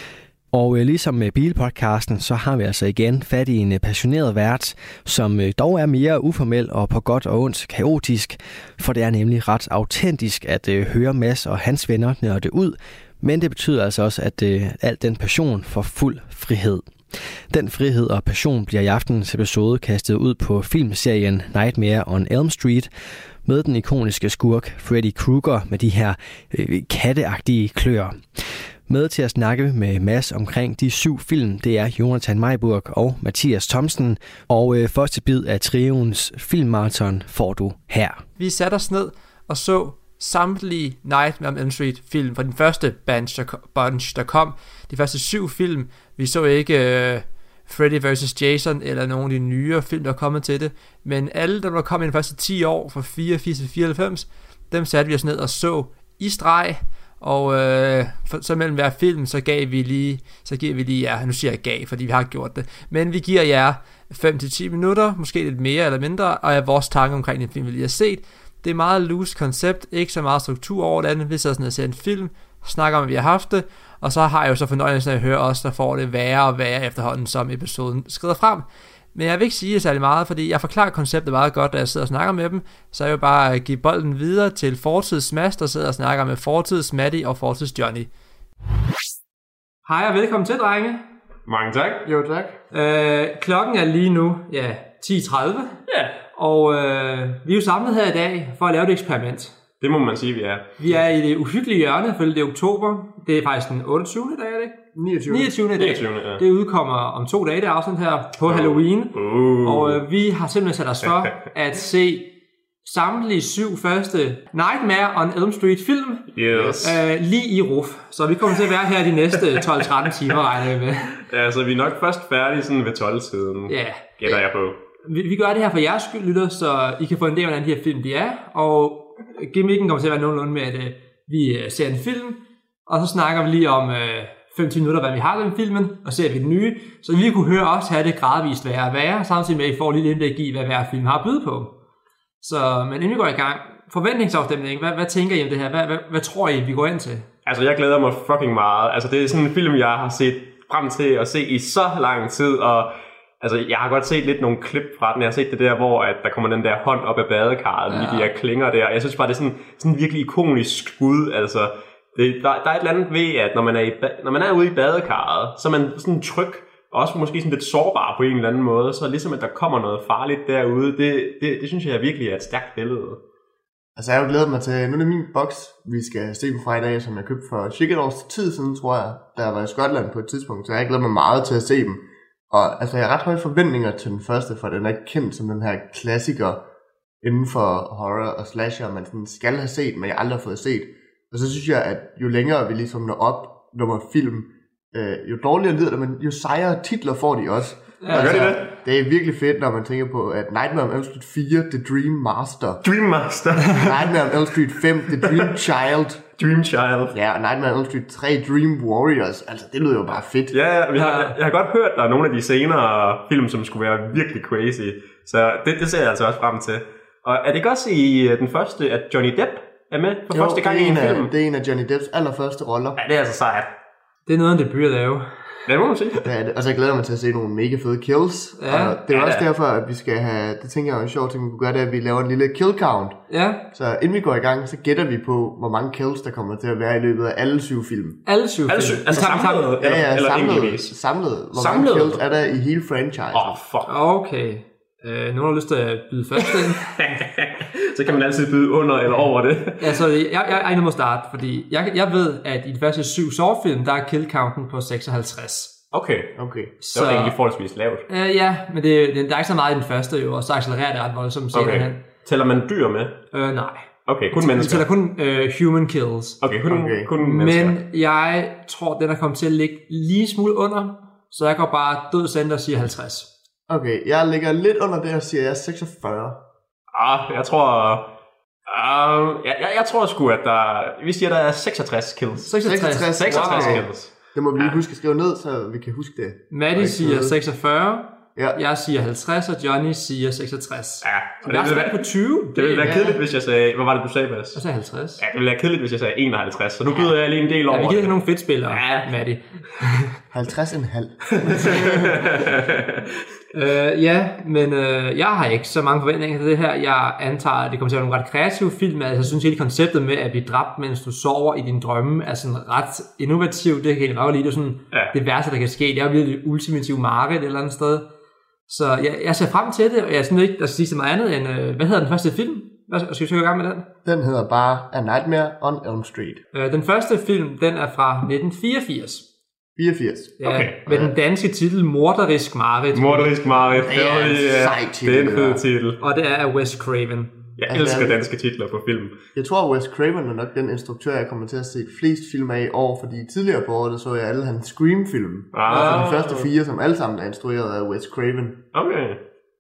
Og ligesom med Bilpodcasten, så har vi altså igen fat i en passioneret vært, som dog er mere uformel og på godt og ondt kaotisk, for det er nemlig ret autentisk at uh, høre Mads og hans venner nørde ud, men det betyder altså også, at uh, al den passion får fuld frihed. Den frihed og passion bliver i aftenens episode kastet ud på filmserien Nightmare on Elm Street, med den ikoniske skurk Freddy Krueger med de her øh, katteagtige kløer. Med til at snakke med Mads omkring de syv film, det er Jonathan Meiburg og Mathias Thomsen. Og øh, første bid af trioens filmmarathon får du her. Vi satte os ned og så samtlige Nightmare on Elm Street film fra den første bunch, der, bunch, der kom. De første syv film. Vi så ikke øh, Freddy versus. Jason eller nogle af de nyere film, der er kommet til det. Men alle, der var kommet i de første ti år, fra fireogfirs til fireoghalvfems, dem satte vi os ned og så i streg. Og øh, for, så mellem hver film, så gav vi lige, så giver vi lige jer, nu siger jeg gav, fordi vi har gjort det, men vi giver jer fem til ti minutter, måske lidt mere eller mindre, og er vores tanke omkring den film, vi lige har set. Det er meget loose koncept, ikke så meget struktur over det. Vi sidder sådan og ser en film, snakker om, at vi har haft det, og så har jeg jo så fornøjelsen af at høre os, der får det værre og værre efterhånden, som episoden skrider frem. Men jeg vil ikke sige det særlig meget, fordi jeg forklarer konceptet meget godt, da jeg sidder og snakker med dem. Så jeg vil bare give bolden videre til fortids Mads, der sidder og snakker med fortids Matty og fortids Johnny. Hej og velkommen til, drenge. Mange tak. Jo, tak. Øh, klokken er lige nu, ja, ti tredive. Ja. Og øh, vi er jo samlet her i dag for at lave et eksperiment. Det må man sige, vi er. Vi er i det uhyggelige hjørne, for det er oktober. Det er faktisk den otteogtyvende dag, er det ikke? niogtyvende. niogtyvende dag. niogtyvende, ja. Det udkommer om to dage, det afsnit her, på oh. Halloween. Uh. Og øh, vi har simpelthen sat os for at se samtlige syv første Nightmare on Elm Street film yes. øh, lige i ruf. Så vi kommer til at være her de næste tolv til tretten timer, regner vi med. Ja, så vi er nok først færdige sådan ved tolv-tiden, ja. gætter jeg på. Vi, vi gør det her for jeres skyld, lytter, så I kan få en idé, hvordan de her film de er. Og gimmicken kommer til at være nogenlunde med, at øh, vi ser en film, og så snakker vi lige om øh, fem til minutter, hvad vi har med filmen, og ser vi den nye. Så vi kunne høre os have det gradvist værre og værre, samtidig med, at I får lidt indblik i, hvad hver film har at byde på. Så, men inden vi går i gang, forventningsafstemning, hvad, hvad tænker I om det her? Hvad, hvad, hvad tror I, vi går ind til? Altså, jeg glæder mig fucking meget. Altså, det er sådan en film, jeg har set frem til at se i så lang tid, og altså, jeg har godt set lidt nogle klip fra den. Jeg har set det der, hvor at der kommer den der hånd op af badekarret, ja. Lige de her klinger der. Jeg synes bare, det er sådan, sådan en virkelig ikonisk skud. Altså, det, der, der er et eller andet ved, at når man er, i, når man er ude i badekarret, så er man sådan tryg, og også måske sådan lidt sårbar på en eller anden måde. Så ligesom, at der kommer noget farligt derude, det, det, det synes jeg virkelig er et stærkt billede. Altså, jeg har jo glædet mig til, nu er det min boks, vi skal se på fra i dag, som jeg købte for cirka et års tid siden, tror jeg, da jeg var i Skotland på et tidspunkt. Så jeg har glædet mig meget til at se dem. Og altså, jeg har ret høje forventninger til den første, for den er kendt som den her klassiker inden for horror og slasher, man sådan skal have set, men jeg aldrig har fået set. Og så synes jeg, at jo længere vi ligesom når op, nummer film, øh, jo dårligere lyder det, men jo sejere titler får de også. Ja, altså, gør de det? Det er virkelig fedt, når man tænker på, at Nightmare on Elm Street fire, The Dream Master. Dream Master. Nightmare on Elm Street fem, The Dream Child. Dream Child. Ja, og Nightmare on Elm Street tre, Dream Warriors. Altså, det lyder jo bare fedt. Ja, ja, jeg, har, jeg har godt hørt, der er nogle af de senere film, som skulle være virkelig crazy. Så det, det ser jeg altså også frem til. Og er det ikke også i den første, at Johnny Depp er med for jo, første gang i en, en film? Det er en af Johnny Depps allerførste roller. Ja, det er altså sejt. Det er noget af det debut at lave. Det må man sige. Ja, og så glæder jeg mig til at se nogle mega fede kills. Ja, og det er ja, også da. derfor, at vi skal have, det tænker jeg er en sjov ting, vi kunne gøre, det er, at vi laver en lille kill count. Ja. Så inden vi går i gang, så gætter vi på, hvor mange kills der kommer til at være i løbet af alle syv film. Alle syv Alle syv? film? Altså samlet? Eller, ja, ja, eller samlet, enkeltvis? samlet. Hvor samlet? mange kills er der i hele franchise? Åh, oh, fuck. Okay. Øh, nogen har lyst til at byde først ind. Så kan man altid byde under eller over det. Altså, jeg, jeg, jeg er ikke må starte, fordi jeg, jeg ved, at i de første syv Saw-film, der er kill-counten på seksoghalvtreds. Okay, Okay. det var egentlig forholdsvis lavt. Øh, ja, men det, det, der er ikke så meget i den første, jo, og så accelererer det ret voldsomt senere Okay. hen. Tæller man dyr med? Øh, nej. Okay, kun Vi mennesker. tæller kun øh, human kills. Okay, kun, Okay. kun mennesker. Men jeg tror, den er kommet til at ligge lige smule under, så jeg går bare død center og siger halvtreds. Okay, jeg ligger lidt under det og siger, jeg er seksogfyrre. Ah, jeg tror... Uh, jeg, jeg, jeg tror sgu, at der... Vi siger, der er seksogtres kills. seksogtres. seksogtres Wow. kills. Det må vi lige huske at skrive ned, så vi kan huske det. Maddie siger seksogfyrre, Ja. jeg siger halvtreds, og Johnny siger seksogtres. Ja, Og jeg er spændt på tyve. det ville være ja. kedeligt, hvis jeg sagde... Hvad var det, du sagde, Bas? Og så halvtreds. Ja, det ville være kedeligt, hvis jeg sagde enoghalvtreds. Så nu byder jeg lige en del over. Ja, vi giver ikke nogen fedtspillere, Ja. Maddie. halvtreds komma fem. Øh, ja, men øh, jeg har ikke så mange forventninger til det her. Jeg antager, at det kommer til at være nogle ret kreative film. Altså, jeg synes hele konceptet med at blive dræbt, mens du sover i dine drømme, er sådan ret innovativt. Det kan jeg egentlig meget lide. Det er sådan Ja. det værste, der kan ske. Det er jo virkelig det ultimative mareridt et eller andet sted. Så jeg, jeg ser frem til det, og jeg synes ikke, der skal sige så meget andet end, øh, hvad hedder den første film? Hvad, skal vi søge i gang med den? Den hedder bare A Nightmare on Elm Street. Øh, den første film, den er fra nitten fireogfirs. fireogfirs. Ja, Okay. med den danske titel Morderisk Mareridt. Morderisk Marit. Det er en sej titel, Det er en fed det der. titel. Og det er af Wes Craven. Jeg Altså, elsker jeg- danske titler på film. Jeg tror, Wes Craven er nok den instruktør, jeg kommer til at se flest film af i år, fordi tidligere på året, der så jeg alle hans Scream-film. Ah. Altså de første fire, som alle sammen er instrueret af Wes Craven. Okay.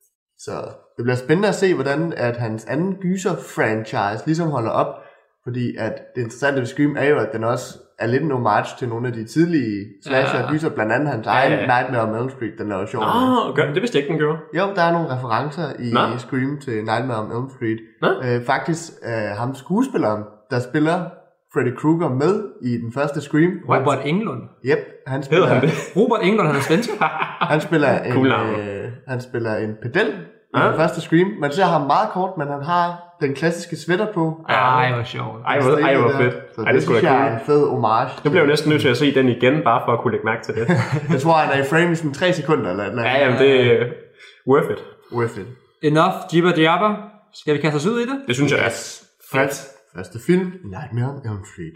Så det bliver spændende at se, hvordan at hans anden gyser-franchise ligesom holder op. Fordi at det interessante ved Scream er jo, at den også er lidt en homage til nogle af de tidlige slasher Ja. gyser, blandt andet hans Ja, egen ja. Nightmare on Elm Street, den er jo sjov. Ah, okay. Det vidste jeg ikke, den gjorde. Jo, der er nogle referencer i Nå. Scream til Nightmare on Elm Street. Nå. Øh, faktisk er ham skuespilleren, der spiller Freddy Krueger med i den første Scream. Robert Englund. Yep, han spiller, Hedder han det? Robert Englund, han er svensk. han spiller en, Cool navn. øh, han spiller en pedel i Ah. den første Scream. Man ser ham meget kort, men han har den klassiske sweater på. Ej, hvor sjovt. Ej, hvor, ej, hvor fedt. Så Ej, det skulle synes da jeg er cool. en fed homage. Nu bliver jeg jo næsten nødt til at se den igen, bare for at kunne lægge mærke til det. Jeg tror, han er i frame i sådan tre sekunder eller noget. Ja, jamen, det er worth it. Worth it. Enough jibber jabber. Skal vi kaste os ud i det? Det synes jeg er Først, første film, Nightmare on Elm Street.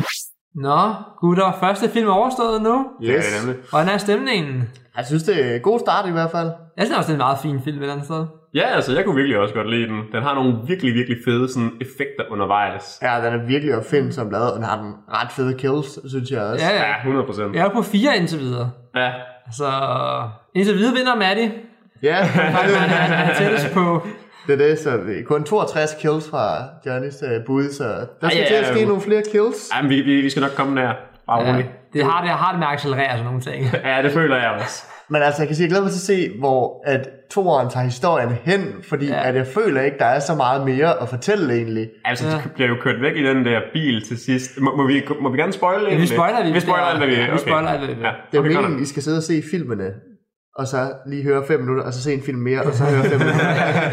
Nå, gutter, første film er overstået nu. Ja, nemlig. Hvordan er stemningen? Jeg synes, det er en god start i hvert fald. Jeg synes også, det er en meget fin film et eller andet sted. Ja, altså, jeg kunne virkelig også godt lide den. Den har nogle virkelig, virkelig fede sådan, effekter undervejs. Ja, den er virkelig opfindsom lavet, og den har den ret fede kills, synes jeg også. Ja, Ja, ja. hundrede procent. Jeg er på fire indtil videre. Ja. Så indtil videre vinder Maddie. Ja, Faktisk, han er, han er tættest på. det er det, så det er kun toogtres kills fra Johnnys uh, bud, så der skal Ej, til at ja, ske ja. nogle flere kills. Ej, men vi, vi, vi skal nok komme nær. Bare Ja, roligt. det har det, har det med at accelerere sådan nogle ting. Ja, det føler jeg også. Men altså, jeg kan sige, jeg glæder mig til at se, hvor at toeren tager historien hen, fordi Ja. ja. at jeg føler ikke, der er så meget mere at fortælle egentlig. Altså, Ja. de bliver jo kørt væk i den der bil til sidst. Må, må, vi, må vi gerne spoile Ja, vi egentlig? spoiler det. Vi spoiler alt, hvad vi Ja, vi spoiler alt, hvad vi vil. Ja, Det er okay, okay, godt meningen, I skal sidde og se filmene, og så lige høre fem minutter, og så se en film mere, og så høre fem minutter.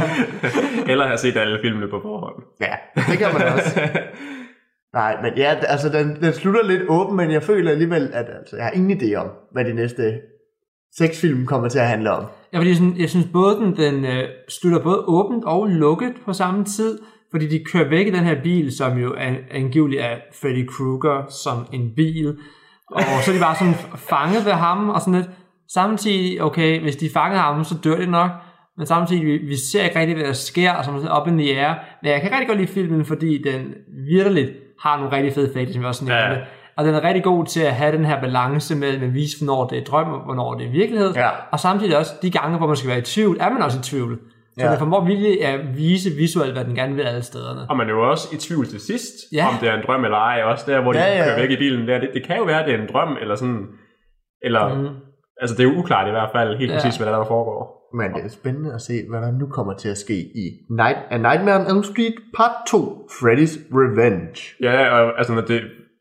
nok. Eller have set alle filmene på forhånd. Ja, det kan man også. Nej, men ja, altså den, den slutter lidt åben, men jeg føler alligevel, at altså, jeg har ingen idé om, hvad de næste seks film kommer til at handle om. Ja, fordi sådan, jeg synes både den, den øh, slutter både åbent og lukket på samme tid, fordi de kører væk i den her bil, som jo an, angiveligt er Freddy Krueger som en bil, og så er de bare sådan fanget ved ham, og sådan lidt, samtidig, okay, hvis de fanger ham, så dør det nok, men samtidig, vi, vi ser ikke rigtig, hvad der sker, og som sådan op in the air, men jeg kan rigtig godt lide filmen, fordi den virkelig har nogle rigtig fede effekter, som jeg også nævnte. Ja. Og den er rigtig god til at have den her balance mellem at vise, hvornår det er drøm, og hvornår det er virkelighed. Ja. Og samtidig også, de gange, hvor man skal være i tvivl, er man også i tvivl. Så Ja. den formår virkelig at vise visuelt, hvad den gerne vil alle stederne. Og man er jo også i tvivl til sidst, Ja. om det er en drøm eller ej. Også der, hvor de Ja, ja. kører væk i bilen. Der. Det, det kan jo være, at det er en drøm, eller sådan... Eller... Mhm. Altså, det er jo uklart i hvert fald, helt Ja. præcis, hvad der, der foregår. Men det er spændende at se, hvad der nu kommer til at ske i Night, A Nightmare on Elm Street part to, Freddy's Revenge. Ja, og altså, når det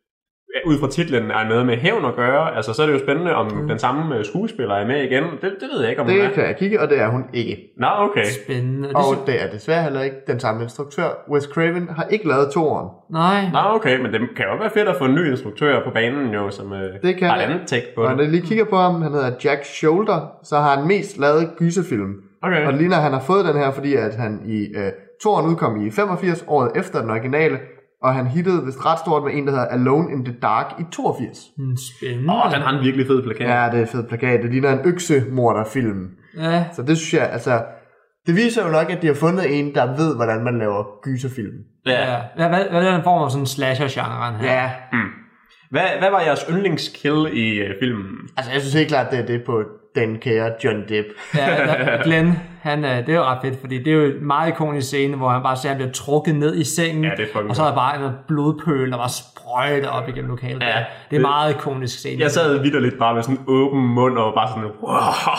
ud fra titlen er noget med hævn at gøre, altså, så er det jo spændende, om mm. den samme øh, skuespiller er med igen. Det, det ved jeg ikke, om hun Det er. kan jeg kigge, og det er hun ikke. Nå, okay. Spændende. Og Og det, det er desværre heller ikke den samme instruktør. Wes Craven har ikke lavet toeren. nej. Nå, okay, men det kan jo være fedt at få en ny instruktør på banen, jo, som øh, Det kan har et det. andet take på Og det. når jeg lige kigger på ham, han hedder Jack Shoulder, så har han mest lavet gyserfilm. Okay. Og det ligner, at han har fået den her, fordi at han i øh, toeren udkom i femogfirs, året efter den originale, og han hittede vist ret stort med en, der hedder Alone in the Dark i toogfirs. Mm, spændende. Åh, oh, den har en virkelig fed plakat. Ja, det er en fed plakat. Det ligner en øksemorderfilm. Ja. Så det synes jeg, altså... Det viser jo nok, at de har fundet en, der ved, hvordan man laver gyserfilm. Ja. Hvad, hvad, hvad er den form af sådan slasher-genren her? Ja. Mm. Hvad, hvad var jeres yndlingskill i uh, filmen? Altså, jeg synes helt klart, det er det på den kære John Depp. Ja, der, Glenn, han, det er jo ret fedt, fordi det er jo en meget ikonisk scene, hvor han bare ser, at han bliver trukket ned i sengen, Ja, det er og så er der bare en blodpøl, der bare sprøjter op igennem lokalet. Ja, det er det- en meget ikonisk scene. Jeg sad vitterligt bare med sådan en åben mund og bare sådan... Wow.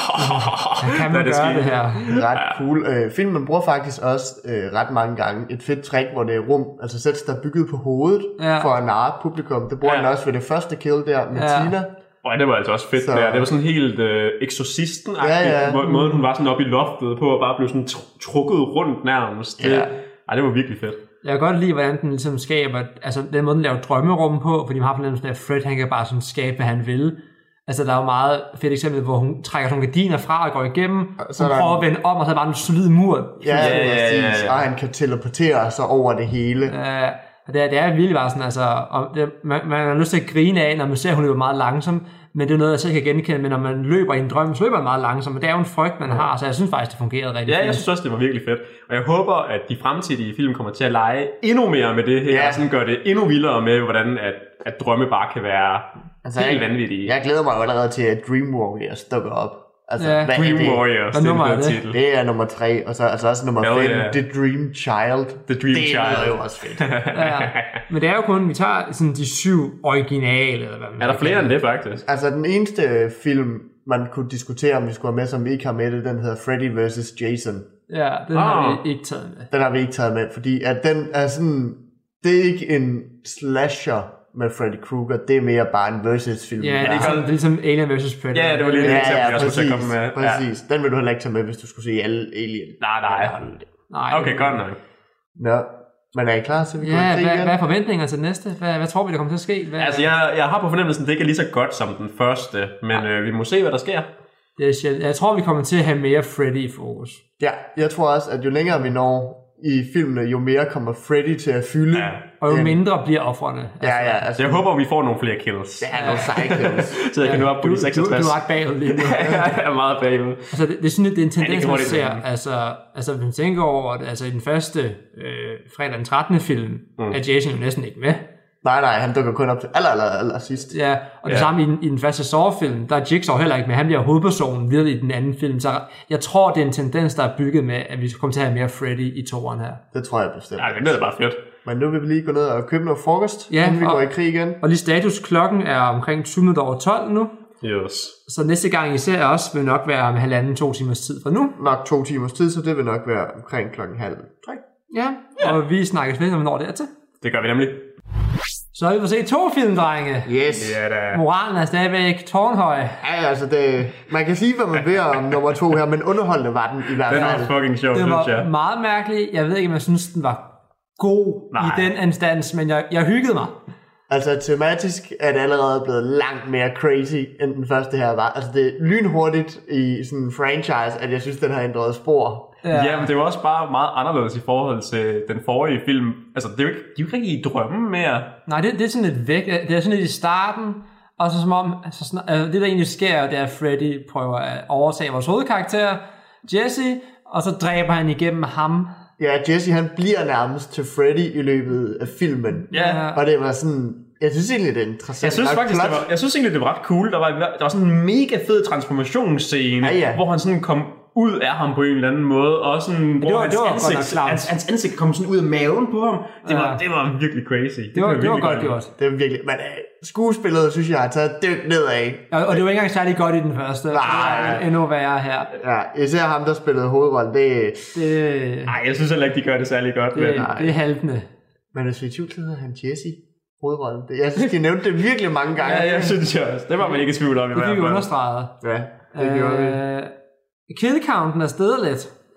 Kan man Hvad er gøre sket? det her? Ret cool. Øh, filmen bruger faktisk også øh, ret mange gange et fedt trick, hvor det er rum, altså sæt der er bygget på hovedet, Ja. for at narre publikum. Det bruger Ja. han også ved det første kill der med Ja. Tina. Og det var altså også fedt Så- der. Det var sådan helt øh, eksorcisten Ja, ja. må- måden hun var sådan oppe i loftet på og bare blev sådan tr- trukket rundt nærmest. Det, Ja. ej, det var virkelig fedt. Jeg kan godt lide, hvordan den ligesom skaber, altså den måde, den laver drømmerum på, fordi man har fornemmelsen af, at Fred, han kan bare sådan skabe, hvad han vil. Altså, der er jo meget fedt eksempel, hvor hun trækker nogle gardiner fra og går igennem, så hun er der prøver en- at vende om, og så er der bare en solid mur. Ja, Ja, ja, ja, præcis. ja. Og han kan teleportere sig over det hele. Øh, og det er, det er virkelig bare sådan, altså, og det, man, man har lyst til at grine af, når man ser, at hun løber meget langsomt, men det er noget, jeg selv kan genkende, men når man løber i en drøm, så løber man meget langsomt, men det er jo en frygt, man har, så jeg synes faktisk, det fungerede rigtig Ja, fint. jeg synes også, det var virkelig fedt. Og jeg håber, at de fremtidige film kommer til at lege endnu mere med det her, Ja. og sådan gør det endnu vildere med, hvordan at, at drømme bare kan være Altså, helt jeg, vanvittige. jeg glæder mig jo allerede til, at Dream Warriors dukker op. Altså, Ja. hvad Dream er det? Warriors, Hvad det er nummer en er fed det? titel. Det er nummer tre, og så altså også nummer Jo, fem, ja. The Dream Child. The Dream det Child. Det er jo også fedt. Ja, men det er jo kun, vi tager sådan de syv originale, eller hvad man Er der kan flere kalde end det, faktisk? Altså, den eneste film, man kunne diskutere, om vi skulle have med, som vi ikke har med det, den hedder Freddy versus. Jason. Ja, den har Ah. vi ikke taget med. Den har vi ikke taget med, fordi at den er sådan... Det er ikke en slasher med Freddy Krueger, det er mere bare en versus-film. Ja, det er, Ja, sådan, det er ligesom Alien versus. Predator. Ja, det var lige det ja, eksempel, ja, jeg skulle til præcis, at komme med. Ja. præcis. Den vil du heller ikke tage med, hvis du skulle se alle Alien. Nej, nej. Nej, Okay, godt nok. Nå, men er I klar til, at vi går i Ja, krig hvad, igen? hvad er forventningerne til det næste? Hvad, hvad tror vi, der kommer til at ske? Hvad, Altså, jeg, jeg har på fornemmelsen, at det ikke er lige så godt som den første, men øh, vi må se, hvad der sker. det er sjældent. Jeg tror, vi kommer til at have mere Freddy i fokus. Ja, jeg tror også, at jo længere vi når i filmene, jo mere kommer Freddy til at fylde. Ja. Og jo Øhm, mindre bliver offrene. Ja, ja, Så altså... jeg håber, vi får nogle flere kills. Ja, nogle cycles. Så jeg kan nå op på du, de du, du seksogtres. er ret bagud lige nu. Jeg er meget bagud. Altså, det, det er sådan lidt, det er en Ja, det tendens, kan man hurtigt ser. være. Altså, altså, hvis man tænker over det, altså i den første øh, fredag den trettende film, mm. er Jason jo næsten ikke med. Nej, nej, han dukker kun op til aller, aller, aller sidst. Ja, og det Ja. samme i den, i den første Saw-film, der er Jigsaw heller ikke med. Han bliver hovedpersonen videre i den anden film. Så jeg tror, det er en tendens, der er bygget med, at vi skal komme til at have mere Freddy i toeren her. Det tror jeg bestemt. Ja, det er bare fedt. Men nu vil vi lige gå ned og købe noget frokost, Ja, inden vi og- går i krig igen. Og lige status, klokken er omkring tyve minutter over tolv nu. Yes. Så næste gang I ser os, vil nok være om halvanden, to timers tid fra nu. Nok to timers tid, så det vil nok være omkring klokken halv tre. Ja, ja. Og vi snakkes ved, når vi når dertil. Det gør vi nemlig. Så har vi fået se to film, drenge. Yes. Ja, da. Moralen er stadigvæk tårnhøj. Ja, altså det, man kan sige, hvad man vil om nummer to her, men underholdende var den i hvert Den fald. var fucking sjov, Det synes var jeg. meget mærkeligt. Jeg ved ikke, om jeg synes, den var god Nej. i den instans, men jeg, jeg hyggede mig. Altså tematisk er det allerede blevet langt mere crazy, end den første her var. Altså det er lynhurtigt i sådan en franchise, at jeg synes, den har ændret spor. Ja. Jamen, det var også bare meget anderledes i forhold til den forrige film. Altså, det er jo ikke, de er jo ikke rigtig i drømmen mere. Nej, det, det er sådan lidt væk. Det er sådan lidt i starten, og så som om, altså sådan, altså det der egentlig sker, det er, at Freddy prøver at overtage vores hovedkarakter, Jesse, og så dræber han igennem ham. Ja, Jesse han bliver nærmest til Freddy i løbet af filmen. Ja. Og det var sådan, jeg synes egentlig, det er interessant. Jeg synes nok faktisk, plot. det var, jeg synes egentlig, det var ret cool. Der var, der var sådan en mega fed transformationsscene, Ja, ja. hvor han sådan kom ud af ham på en eller anden måde, og sådan, hvor var- hans, det var godt nok ansigt, klamt. hans, hans ansigt kom sådan ud af maven på ham. Det var, Ja. det var virkelig crazy. Det, Det var, kunne jeg det var virkelig godt gjort. Det er virkelig, men øh, skuespillet, synes jeg, har taget dyk nedad. Og, og det var ikke engang særlig godt i den første. Nej. Det er endnu værre her. Ja, især ham, der spillede hovedrollen, det, Det, Nej, jeg synes heller ikke, de gør det særlig godt. det, Men, det er haltende. men hvis vi i tvivl, så hedder han Jesse, hovedrollen. Det, jeg synes, de nævnte det virkelig mange gange. ja, jeg synes jeg også. Det var man ikke i tvivl om i Det hvert fik vi fald. understreget. Ja, det gjorde vi. Øh, kill counten er stedet lidt.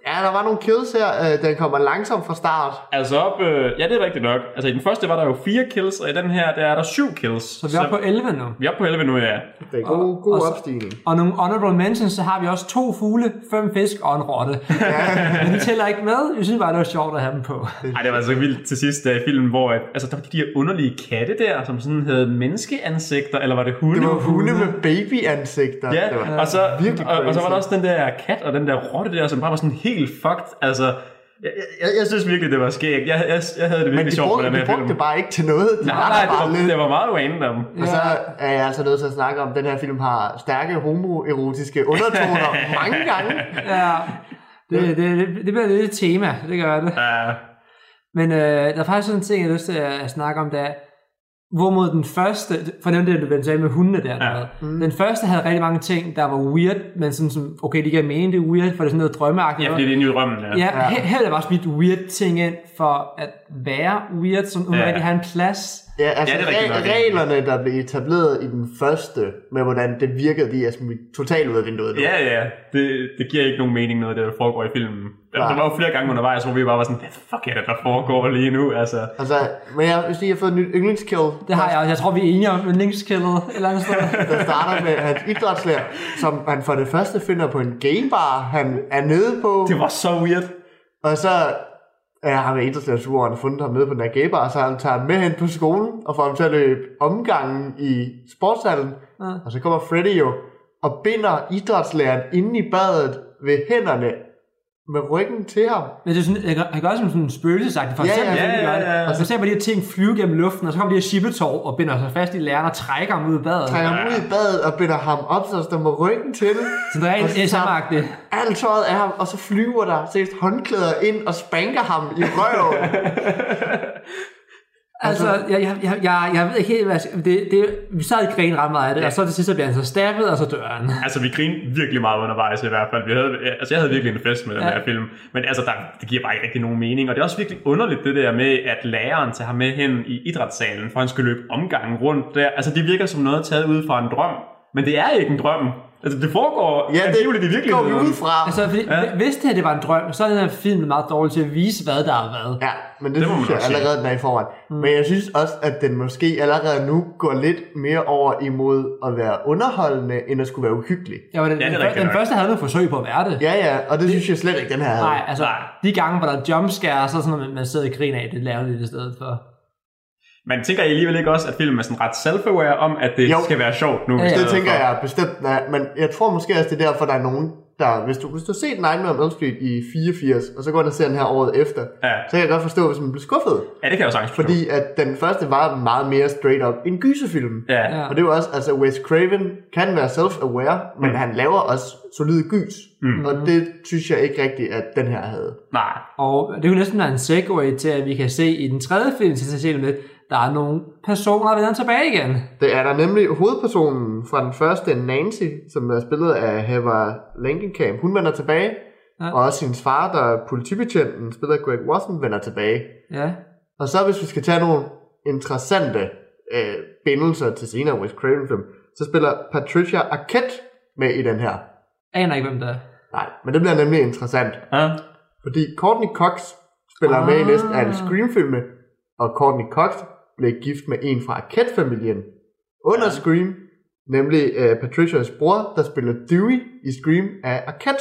Ja, der var nogle kills her. Øh, den kommer langsomt fra start. Altså op, øh, ja, det er rigtigt nok. Altså i den første var der jo fire kills, og i den her, der er der syv kills. Så vi er oppe på elleve nu. Vi er oppe på elleve nu, ja. Det er god, god og, opstigning. Og nogle honorable mentions, så har vi også to fugle, fem fisk og en rotte. Ja. Men de tæller ikke med. Jeg synes bare, det var sjovt at have dem på. Ej, det var så vildt til sidst der i filmen, hvor at, altså, der var de der underlige katte der, som sådan havde menneskeansigter, eller var det hunde? Det var hunde med babyansigter. Ja, det var og, så, og, og så var der også den der kat og den der rotte der, som bare var sådan helt fucked. Altså, jeg, jeg, jeg synes virkelig, det var skægt. Jeg, jeg, jeg havde det virkelig de sjovt brugte, med den her film. Men de brugte det bare ikke til noget. De nej, var nej, bare det, var, lidt. det var meget random. Ja. Og så er jeg altså nødt til at snakke om, at den her film har stærke homoerotiske undertoner mange gange. Ja, det, det, det, det bliver lidt et tema, det gør det. Ja. Men øh, der er faktisk sådan en ting, jeg har lyst til at snakke om, der hvorimod den første, for det det, du vendte af med hundene der, ja. mm. den første havde rigtig mange ting, der var weird, men sådan som, okay, de kan mene, det er weird, for det er sådan noget drømmeagtigt. Ja, fordi det er inde i drømmen, ja. Ja, ja. Her er der bare smidt weird ting ind, for at være weird, som uden ja. rigtig have en plads. Ja, altså ja, det er rigtig re- reglerne, der blev etableret i den første, med hvordan det virkede, de er smidt totalt ud af vinduet. Ja, ja, det, det giver ikke nogen mening noget, det der foregår i filmen. Der, der var jo flere gange undervejs, hvor vi bare var sådan, hvad fuck er det, der foregår lige nu, altså. Altså, men jeg vil sige, jeg har fået et nyt yndlingskill. Det har jeg, jeg tror vi er enige om yndlingskillet et eller andet sted. Der starter med hans idrætslærer, som han for det første finder på en gamebar, han er nede på. Det var så weird. Og så ja, har han idrætslærer har fundet ham nede på den her gamebar, så han tager ham med hen på skolen, og får ham til at løbe omgangen i sportshallen. Ja. Og så kommer Freddy jo og binder idrætslæreren inde i badet ved hænderne med ryggen til ham. Men det er sådan, jeg, jeg gør også som sådan en spøgelsesagtigt, for ja, eksempel, ja, ja, ja, ja. Og så ser man de her ting flyve gennem luften, og så kommer de her shippetår og binder sig fast i læreren og trækker ham ud i badet. Trækker ham ud i badet og binder ham op, så står med ryggen til det. Så det er en samagtigt. Alt tøjet af ham, og så flyver der seriøst håndklæder ind og spanker ham i røven. Altså, jeg, jeg, jeg, jeg, jeg ved ikke helt, hvad det, det, vi sad i grin ret meget af det, ja. Og så til sidst bliver han så stabbet, og så dør han. Altså, vi grinede virkelig meget undervejs i hvert fald. Vi havde, altså, jeg havde virkelig en fest med den ja. her film. Men altså, der, det giver bare ikke rigtig nogen mening. Og det er også virkelig underligt det der med, at læreren tager ham med hen i idrætssalen, for han skal løbe omgangen rundt der. Altså, det virker som noget taget ud fra en drøm. Men det er ikke en drøm. Altså, det foregår ja, det, det virkelig går vi ud fra. Altså, fordi, ja. Hvis det her det var en drøm, så er den her film meget dårlig til at vise, hvad der har været. Ja, men det, det synes jeg allerede, den er i forvejen. Mm. Men jeg synes også, at den måske allerede nu går lidt mere over imod at være underholdende, end at skulle være uhyggelig. Ja, men den, ja, den, den, den første havde noget forsøg på at være det. Ja, ja, og det, det synes jeg slet ikke, den her havde. Nej, altså, de gange, hvor der er jumpscare, så er sådan noget, man sidder og griner af, det laver lidt i stedet for. Men tænker I alligevel ikke også, at filmen er sådan ret self-aware om, at det jo. skal være sjovt nu? Ja, ja. Det tænker for. jeg bestemt, ja, men jeg tror måske også, det er derfor, der er nogen, der, hvis du, hvis du har set Nightmare on Elm Street i fireogfirs, og så går du og ser den her året efter, ja. så kan jeg godt forstå, hvis man bliver skuffet. Ja, det kan jeg også sagtens forstå. Fordi at den første var meget mere straight up en gyserfilm. Ja. Ja. Og det er jo også, altså Wes Craven kan være self-aware, men mm. han laver også solide gys. Mm. Og det synes jeg ikke rigtigt, at den her havde. Nej. Og det kunne næsten være en segue til, at vi kan se i den tredje film, til at lidt, der er nogle personer, der vender tilbage igen. Det er der nemlig hovedpersonen fra den første, Nancy, som er spillet af Heather Langenkamp. Hun vender tilbage, ja. Og også hendes far, der er politibetjenten, spiller Greg Watson, vender tilbage. Ja. Og så hvis vi skal tage nogle interessante øh, bindelser til senere Wes Craven-film, så spiller Patricia Arquette med i den her. Jeg aner ikke, hvem det er. Nej, men det bliver nemlig interessant. Ja. Fordi Courtney Cox spiller ah. med i næsten alle Scream-filme, og Courtney Cox blev gift med en fra Arquette-familien under ja. Scream, nemlig uh, Patricias bror, der spiller Dewey i Scream af Arquette.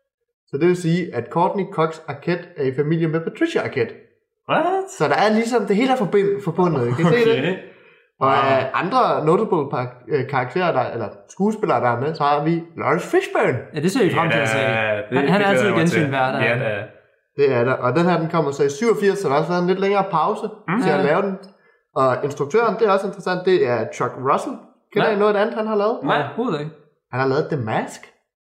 Så det vil sige, at Courtney Cox Arquette er i familie med Patricia Arquette. What? Så der er ligesom, det hele er forbind- forbundet, kan I okay. se det? Og wow. uh, andre notable par- uh, karakterer, der, eller skuespillere, der er med, så har vi Lawrence Fishburne. Ja, det ser vi frem til at se. Han, han er altid gensyn hver dag. Ja, det Det er der, og den her den kommer så i syvogfirs, så der har også været en lidt længere pause mm. til at lave den. Og instruktøren, det er også interessant, det er Chuck Russell. Kender I noget andet, han har lavet? Nej, overhovedet ikke. Han har lavet The Mask.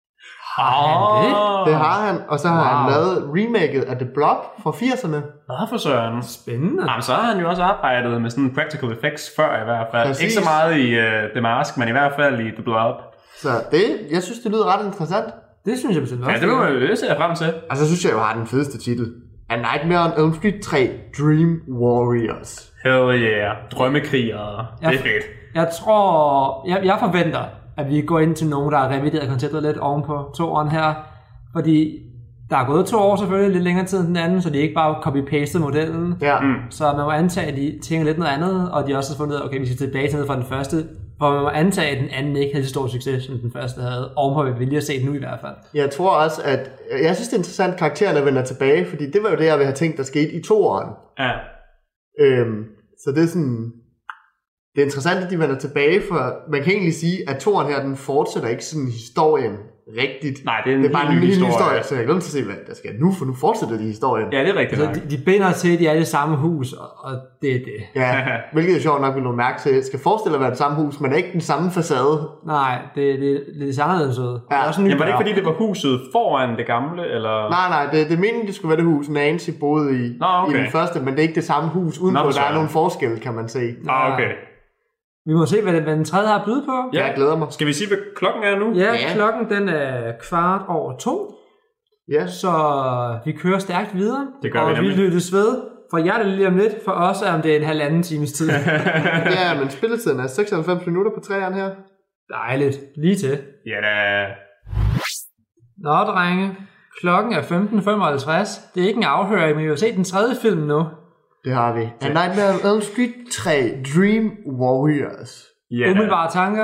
Har det? Det har han, og så har wow. han lavet remaket af The Blob fra firserne. Nå for søren. Spændende. Jamen, så har han jo også arbejdet med sådan practical effects før i hvert fald. Præcis. Ikke så meget i uh, The Mask, men i hvert fald i The Blob. Så det, jeg synes, det lyder ret interessant. Det synes jeg bestemt også. Ja, det må man jo se frem til. Altså, synes jeg jo har den fedeste titel. A Nightmare on Elm Street tre Dream Warriors. Hell yeah. Drømmekrigere. Det er fedt. Jeg tror, jeg, jeg forventer, at vi går ind til nogen, der har revideret konceptet lidt oven på toeren her. Fordi Der er gået to år selvfølgelig, lidt længere tid end den anden, så de ikke bare copy-pastet modellen. Ja. Mm. Så man må antage, at de tænker lidt noget andet, og de har også fundet ud af, okay, vi skal tilbage til noget fra den første, hvor man må antage, at den anden ikke havde så stor succes, som den første havde, og hvor vi vil lige have set nu i hvert fald. Jeg tror også, at... Jeg synes, det er interessant, at karaktererne vender tilbage, fordi det var jo det, jeg ville have tænkt, der skete i toeren. Ja. Øhm, så det er sådan... Det er interessant, at de vender tilbage, for man kan egentlig sige, at toeren her, den fortsætter ikke sådan historien rigtigt. Nej, det er en det er bare helt en ny ny historie. historie. Så jeg glæder mig til at se, hvad der sker nu, for nu fortsætter de historien. Ja, det er rigtigt Altså, nok. de, de binder til, at de er i det samme hus, og, og det er det. Ja, hvilket er sjovt nok, vil du mærke til. Det skal forestille at være det samme hus, men ikke den samme facade. Nej, det, det, det er lidt anderledes ud. Ja. Det er også en ny Jamen, var det ikke dør. fordi, det var huset foran det gamle, eller? Nej, nej, det, det er meningen, det skulle være det hus, Nancy boede i, Nå, okay. i den første, men det er ikke det samme hus. Udenpå, Nå, der så. er nogle forskelle, kan man se. Ah, okay. Vi må se, hvad, det, hvad den tredje har at byde på. Ja. Jeg glæder mig. Skal vi sige, hvad klokken er nu? Ja, Ja. klokken den er kvart over to, Ja, så vi kører stærkt videre. Det gør og vi vi nemlig. lyttes ved. For jer er det lige om lidt, for os er om det er en halvanden times tid. ja, men spilletiden er seksoghalvfems minutter på træerne her. Dejligt. Lige til. Ja da. Nå, drenge. Klokken er femten femoghalvtreds. Det er ikke en afhøring, men vi har set den tredje film nu. Det har vi. A Nightmare on Elm Street tre, Dream Warriors. Ja da. Umiddelbare tanker.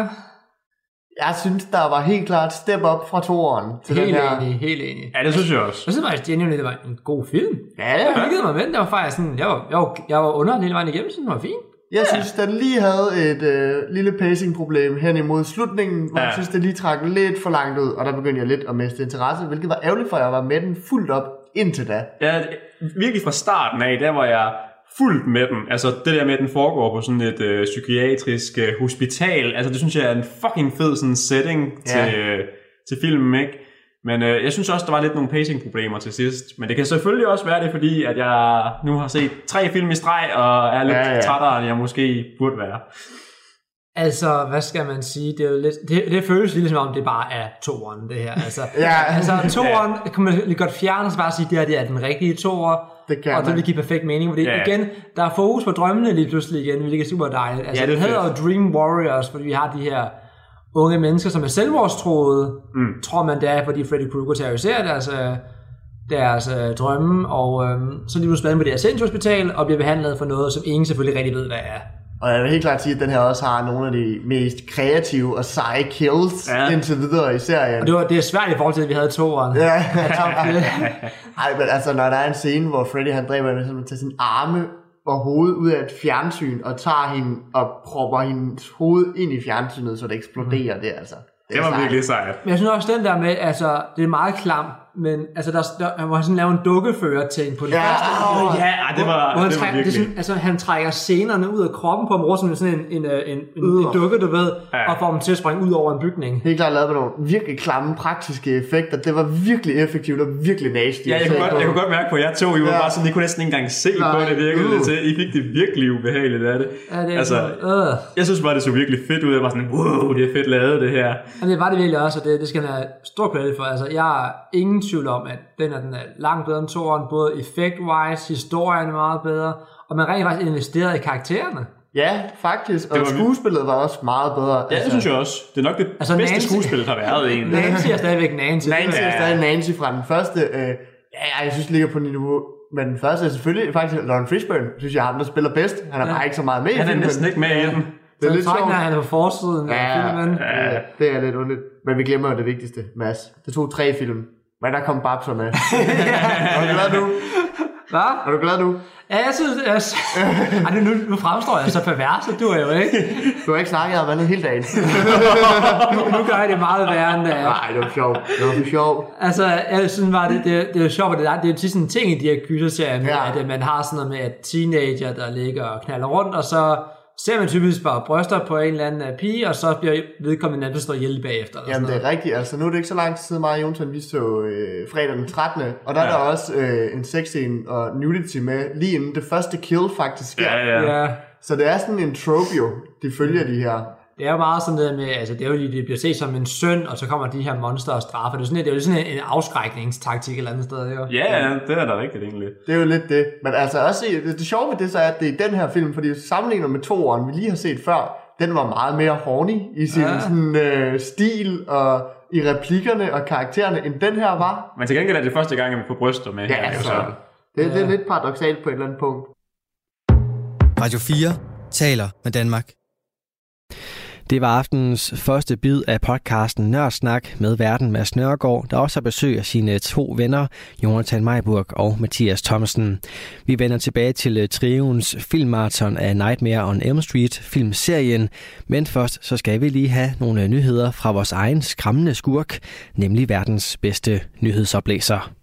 Jeg synes, der var helt klart step up fra toeren til Helt den her. enig, helt enig. Ja, det synes jeg også. Jeg synes faktisk, genuinely, det var en god film. Ja, Jeg ja. hyggede mig med den. Det var faktisk sådan, jeg var, jeg var, jeg var under hele vejen igennem, så den var fin. Jeg synes, den lige havde et øh, lille pacing-problem hen imod slutningen, hvor Ja. jeg synes, det lige trak lidt for langt ud, og der begyndte jeg lidt at miste interesse, hvilket var ærgerligt, for jeg var med den fuldt op indtil da. Ja, det- virkelig fra starten af, der var jeg fuldt med den. Altså det der med, at den foregår på sådan et øh, psykiatrisk øh, hospital. Altså det synes jeg er en fucking fed sådan setting Ja. til, øh, til filmen, ikke? Men øh, jeg synes også, der var lidt nogle pacing-problemer til sidst. Men det kan selvfølgelig også være det, fordi at jeg nu har set tre film i streg, og er lidt Ja, ja. trættere, end jeg måske burde være. Altså, hvad skal man sige? Det, er jo lidt, det, det føles lidt som om, det bare er toeren, det her. Altså, Ja. altså toeren kan man lige godt fjerne, og så bare sige, at det her det er den rigtige toer. Det kan og det man. vil give perfekt mening, fordi Ja. igen, der er fokus på drømmene lige pludselig igen, hvilket er super dejligt. Altså, Ja, det er det hedder jo fedt. Dream Warriors, fordi vi har de her unge mennesker, som er selvmordstroede, Mm. tror man det er, fordi Freddy Krueger terroriserer deres, øh, deres øh, drømme, og øhm, så er de pludselig på det her sindshospital, og bliver behandlet for noget, som ingen selvfølgelig rigtig ved, hvad er. Og jeg vil helt klart sige, at den her også har nogle af de mest kreative og seje kills Ja. indtil videre i serien. Og det, var, det er svært i forhold til, at vi havde toeren. Ja. det. Ej, men altså, når der er en scene, hvor Freddy han dræber hende, så man tager sin arme og hoved ud af et fjernsyn, og tager hende og propper hendes hoved ind i fjernsynet, så det eksploderer mm. det, altså. Det, Det er var sejt. virkelig sejt. Men jeg synes også den der med, altså, det er meget klam, men altså, der, der, han må sådan lave en dukkefører til på den Ja, første. åh, Ja, det var, Hvor han, det var trækker, det er virkelig. sådan, altså, han trækker scenerne ud af kroppen på ham, som sådan en, en, en, en, en, Øh. en dukke, du ved, Ja. og får dem til at springe ud over en bygning. Helt klart lavet med nogle virkelig klamme praktiske effekter. Det var virkelig effektivt og virkelig nasty. Ja, jeg kunne, godt, jeg kunne godt mærke på jer to, I var Ja. bare sådan, I kunne næsten ikke engang se Nej, på det, virkede uh. det til. I fik det virkelig ubehageligt af det. Ja, det er Altså, sådan, øh. jeg synes bare, det så virkelig fedt ud. Jeg var sådan, wow, det er fedt lavet, det her. Og det var det virkelig også, og det, det skal han have stor credit for. Altså, jeg har ingen tvivl om, at den er, den er langt bedre end toeren, både effect-wise, historien er meget bedre, og man rent faktisk investeret i karaktererne. Ja, faktisk. Og var skuespillet var også meget bedre. Ja, det synes jeg også. Det er nok det Altså, altså, bedste Nancy- skuespil, der har været egentlig. Nancy er stadigvæk Nancy. Nancy er Ja. stadig Nancy fra den første. Øh, ja, jeg synes, det ligger på niveau. Men den første er selvfølgelig faktisk Lauren Fishburne, synes jeg, ham der spiller bedst. Han er Ja. bare ikke så meget med i Han er filmen. næsten ikke med i den. Det er Så lidt trækken sjovt. er, han er på forsiden af Ja, filmen. ja, det er lidt ondt. Men vi glemmer jo det vigtigste, Mads. Det tog tre film. Men der kom Babser med. Er du glad nu? Hvad? Er du glad nu? Ja, jeg synes... Jeg, ej, nu, nu fremstår jeg så pervers, det du er jo ikke. Du har ikke snakket om andet hele dagen. Nu, nu gør jeg det meget værre end det er. Nej, det var sjovt. Det var for sjovt. Altså, jeg synes bare, det, det, det er sjovt, at det er, det er tit sådan en ting i de her gyserserier, med, Ja. at øh, man har sådan noget med, at teenager, der ligger og knalder rundt, og så ser man typisk bare bryster på en eller anden uh, pige, og så bliver vedkommende nærmest slået ihjel bagefter. Eller Jamen sådan det er rigtigt, altså nu er det ikke så lang tid siden mig og Jonsson, vi så øh, fredag den trettende, og der ja. er der også øh, en sexscene og nudity med, lige inden det første kill faktisk sker. Ja, ja. noget. Ja. Så det er sådan en trope jo, de følger de her. Det er jo meget sådan det med, altså det er jo lige, det bliver set som en synd, og så kommer de her monster og straffer. Det er, sådan, det er jo sådan en, en afskrækningstaktik et eller andet sted, jo. Ja, ja, det er da rigtigt egentlig. Det er jo lidt det. Men altså også, det, det sjove ved det så er, at det er den her film, fordi sammenlignet med toeren, vi lige har set før, den var meget mere horny i sin Ja. ja. sådan, øh, stil, og i replikkerne og karaktererne, end den her var. Men til gengæld er det første gang, at vi får bryster med. Ja, her, altså. så. Det, det er lidt paradoksalt på et eller andet punkt. Radio fire taler med Danmark. Det var aftenens første bid af podcasten Nørdsnak med værten Mads Nørgaard, der også har besøg af sine to venner, Jonathan Meiburg og Mathias Thomsen. Vi vender tilbage til trioens filmmarathon af Nightmare on Elm Street filmserien, men først så skal vi lige have nogle nyheder fra vores egen skræmmende skurk, nemlig verdens bedste nyhedsoplæser.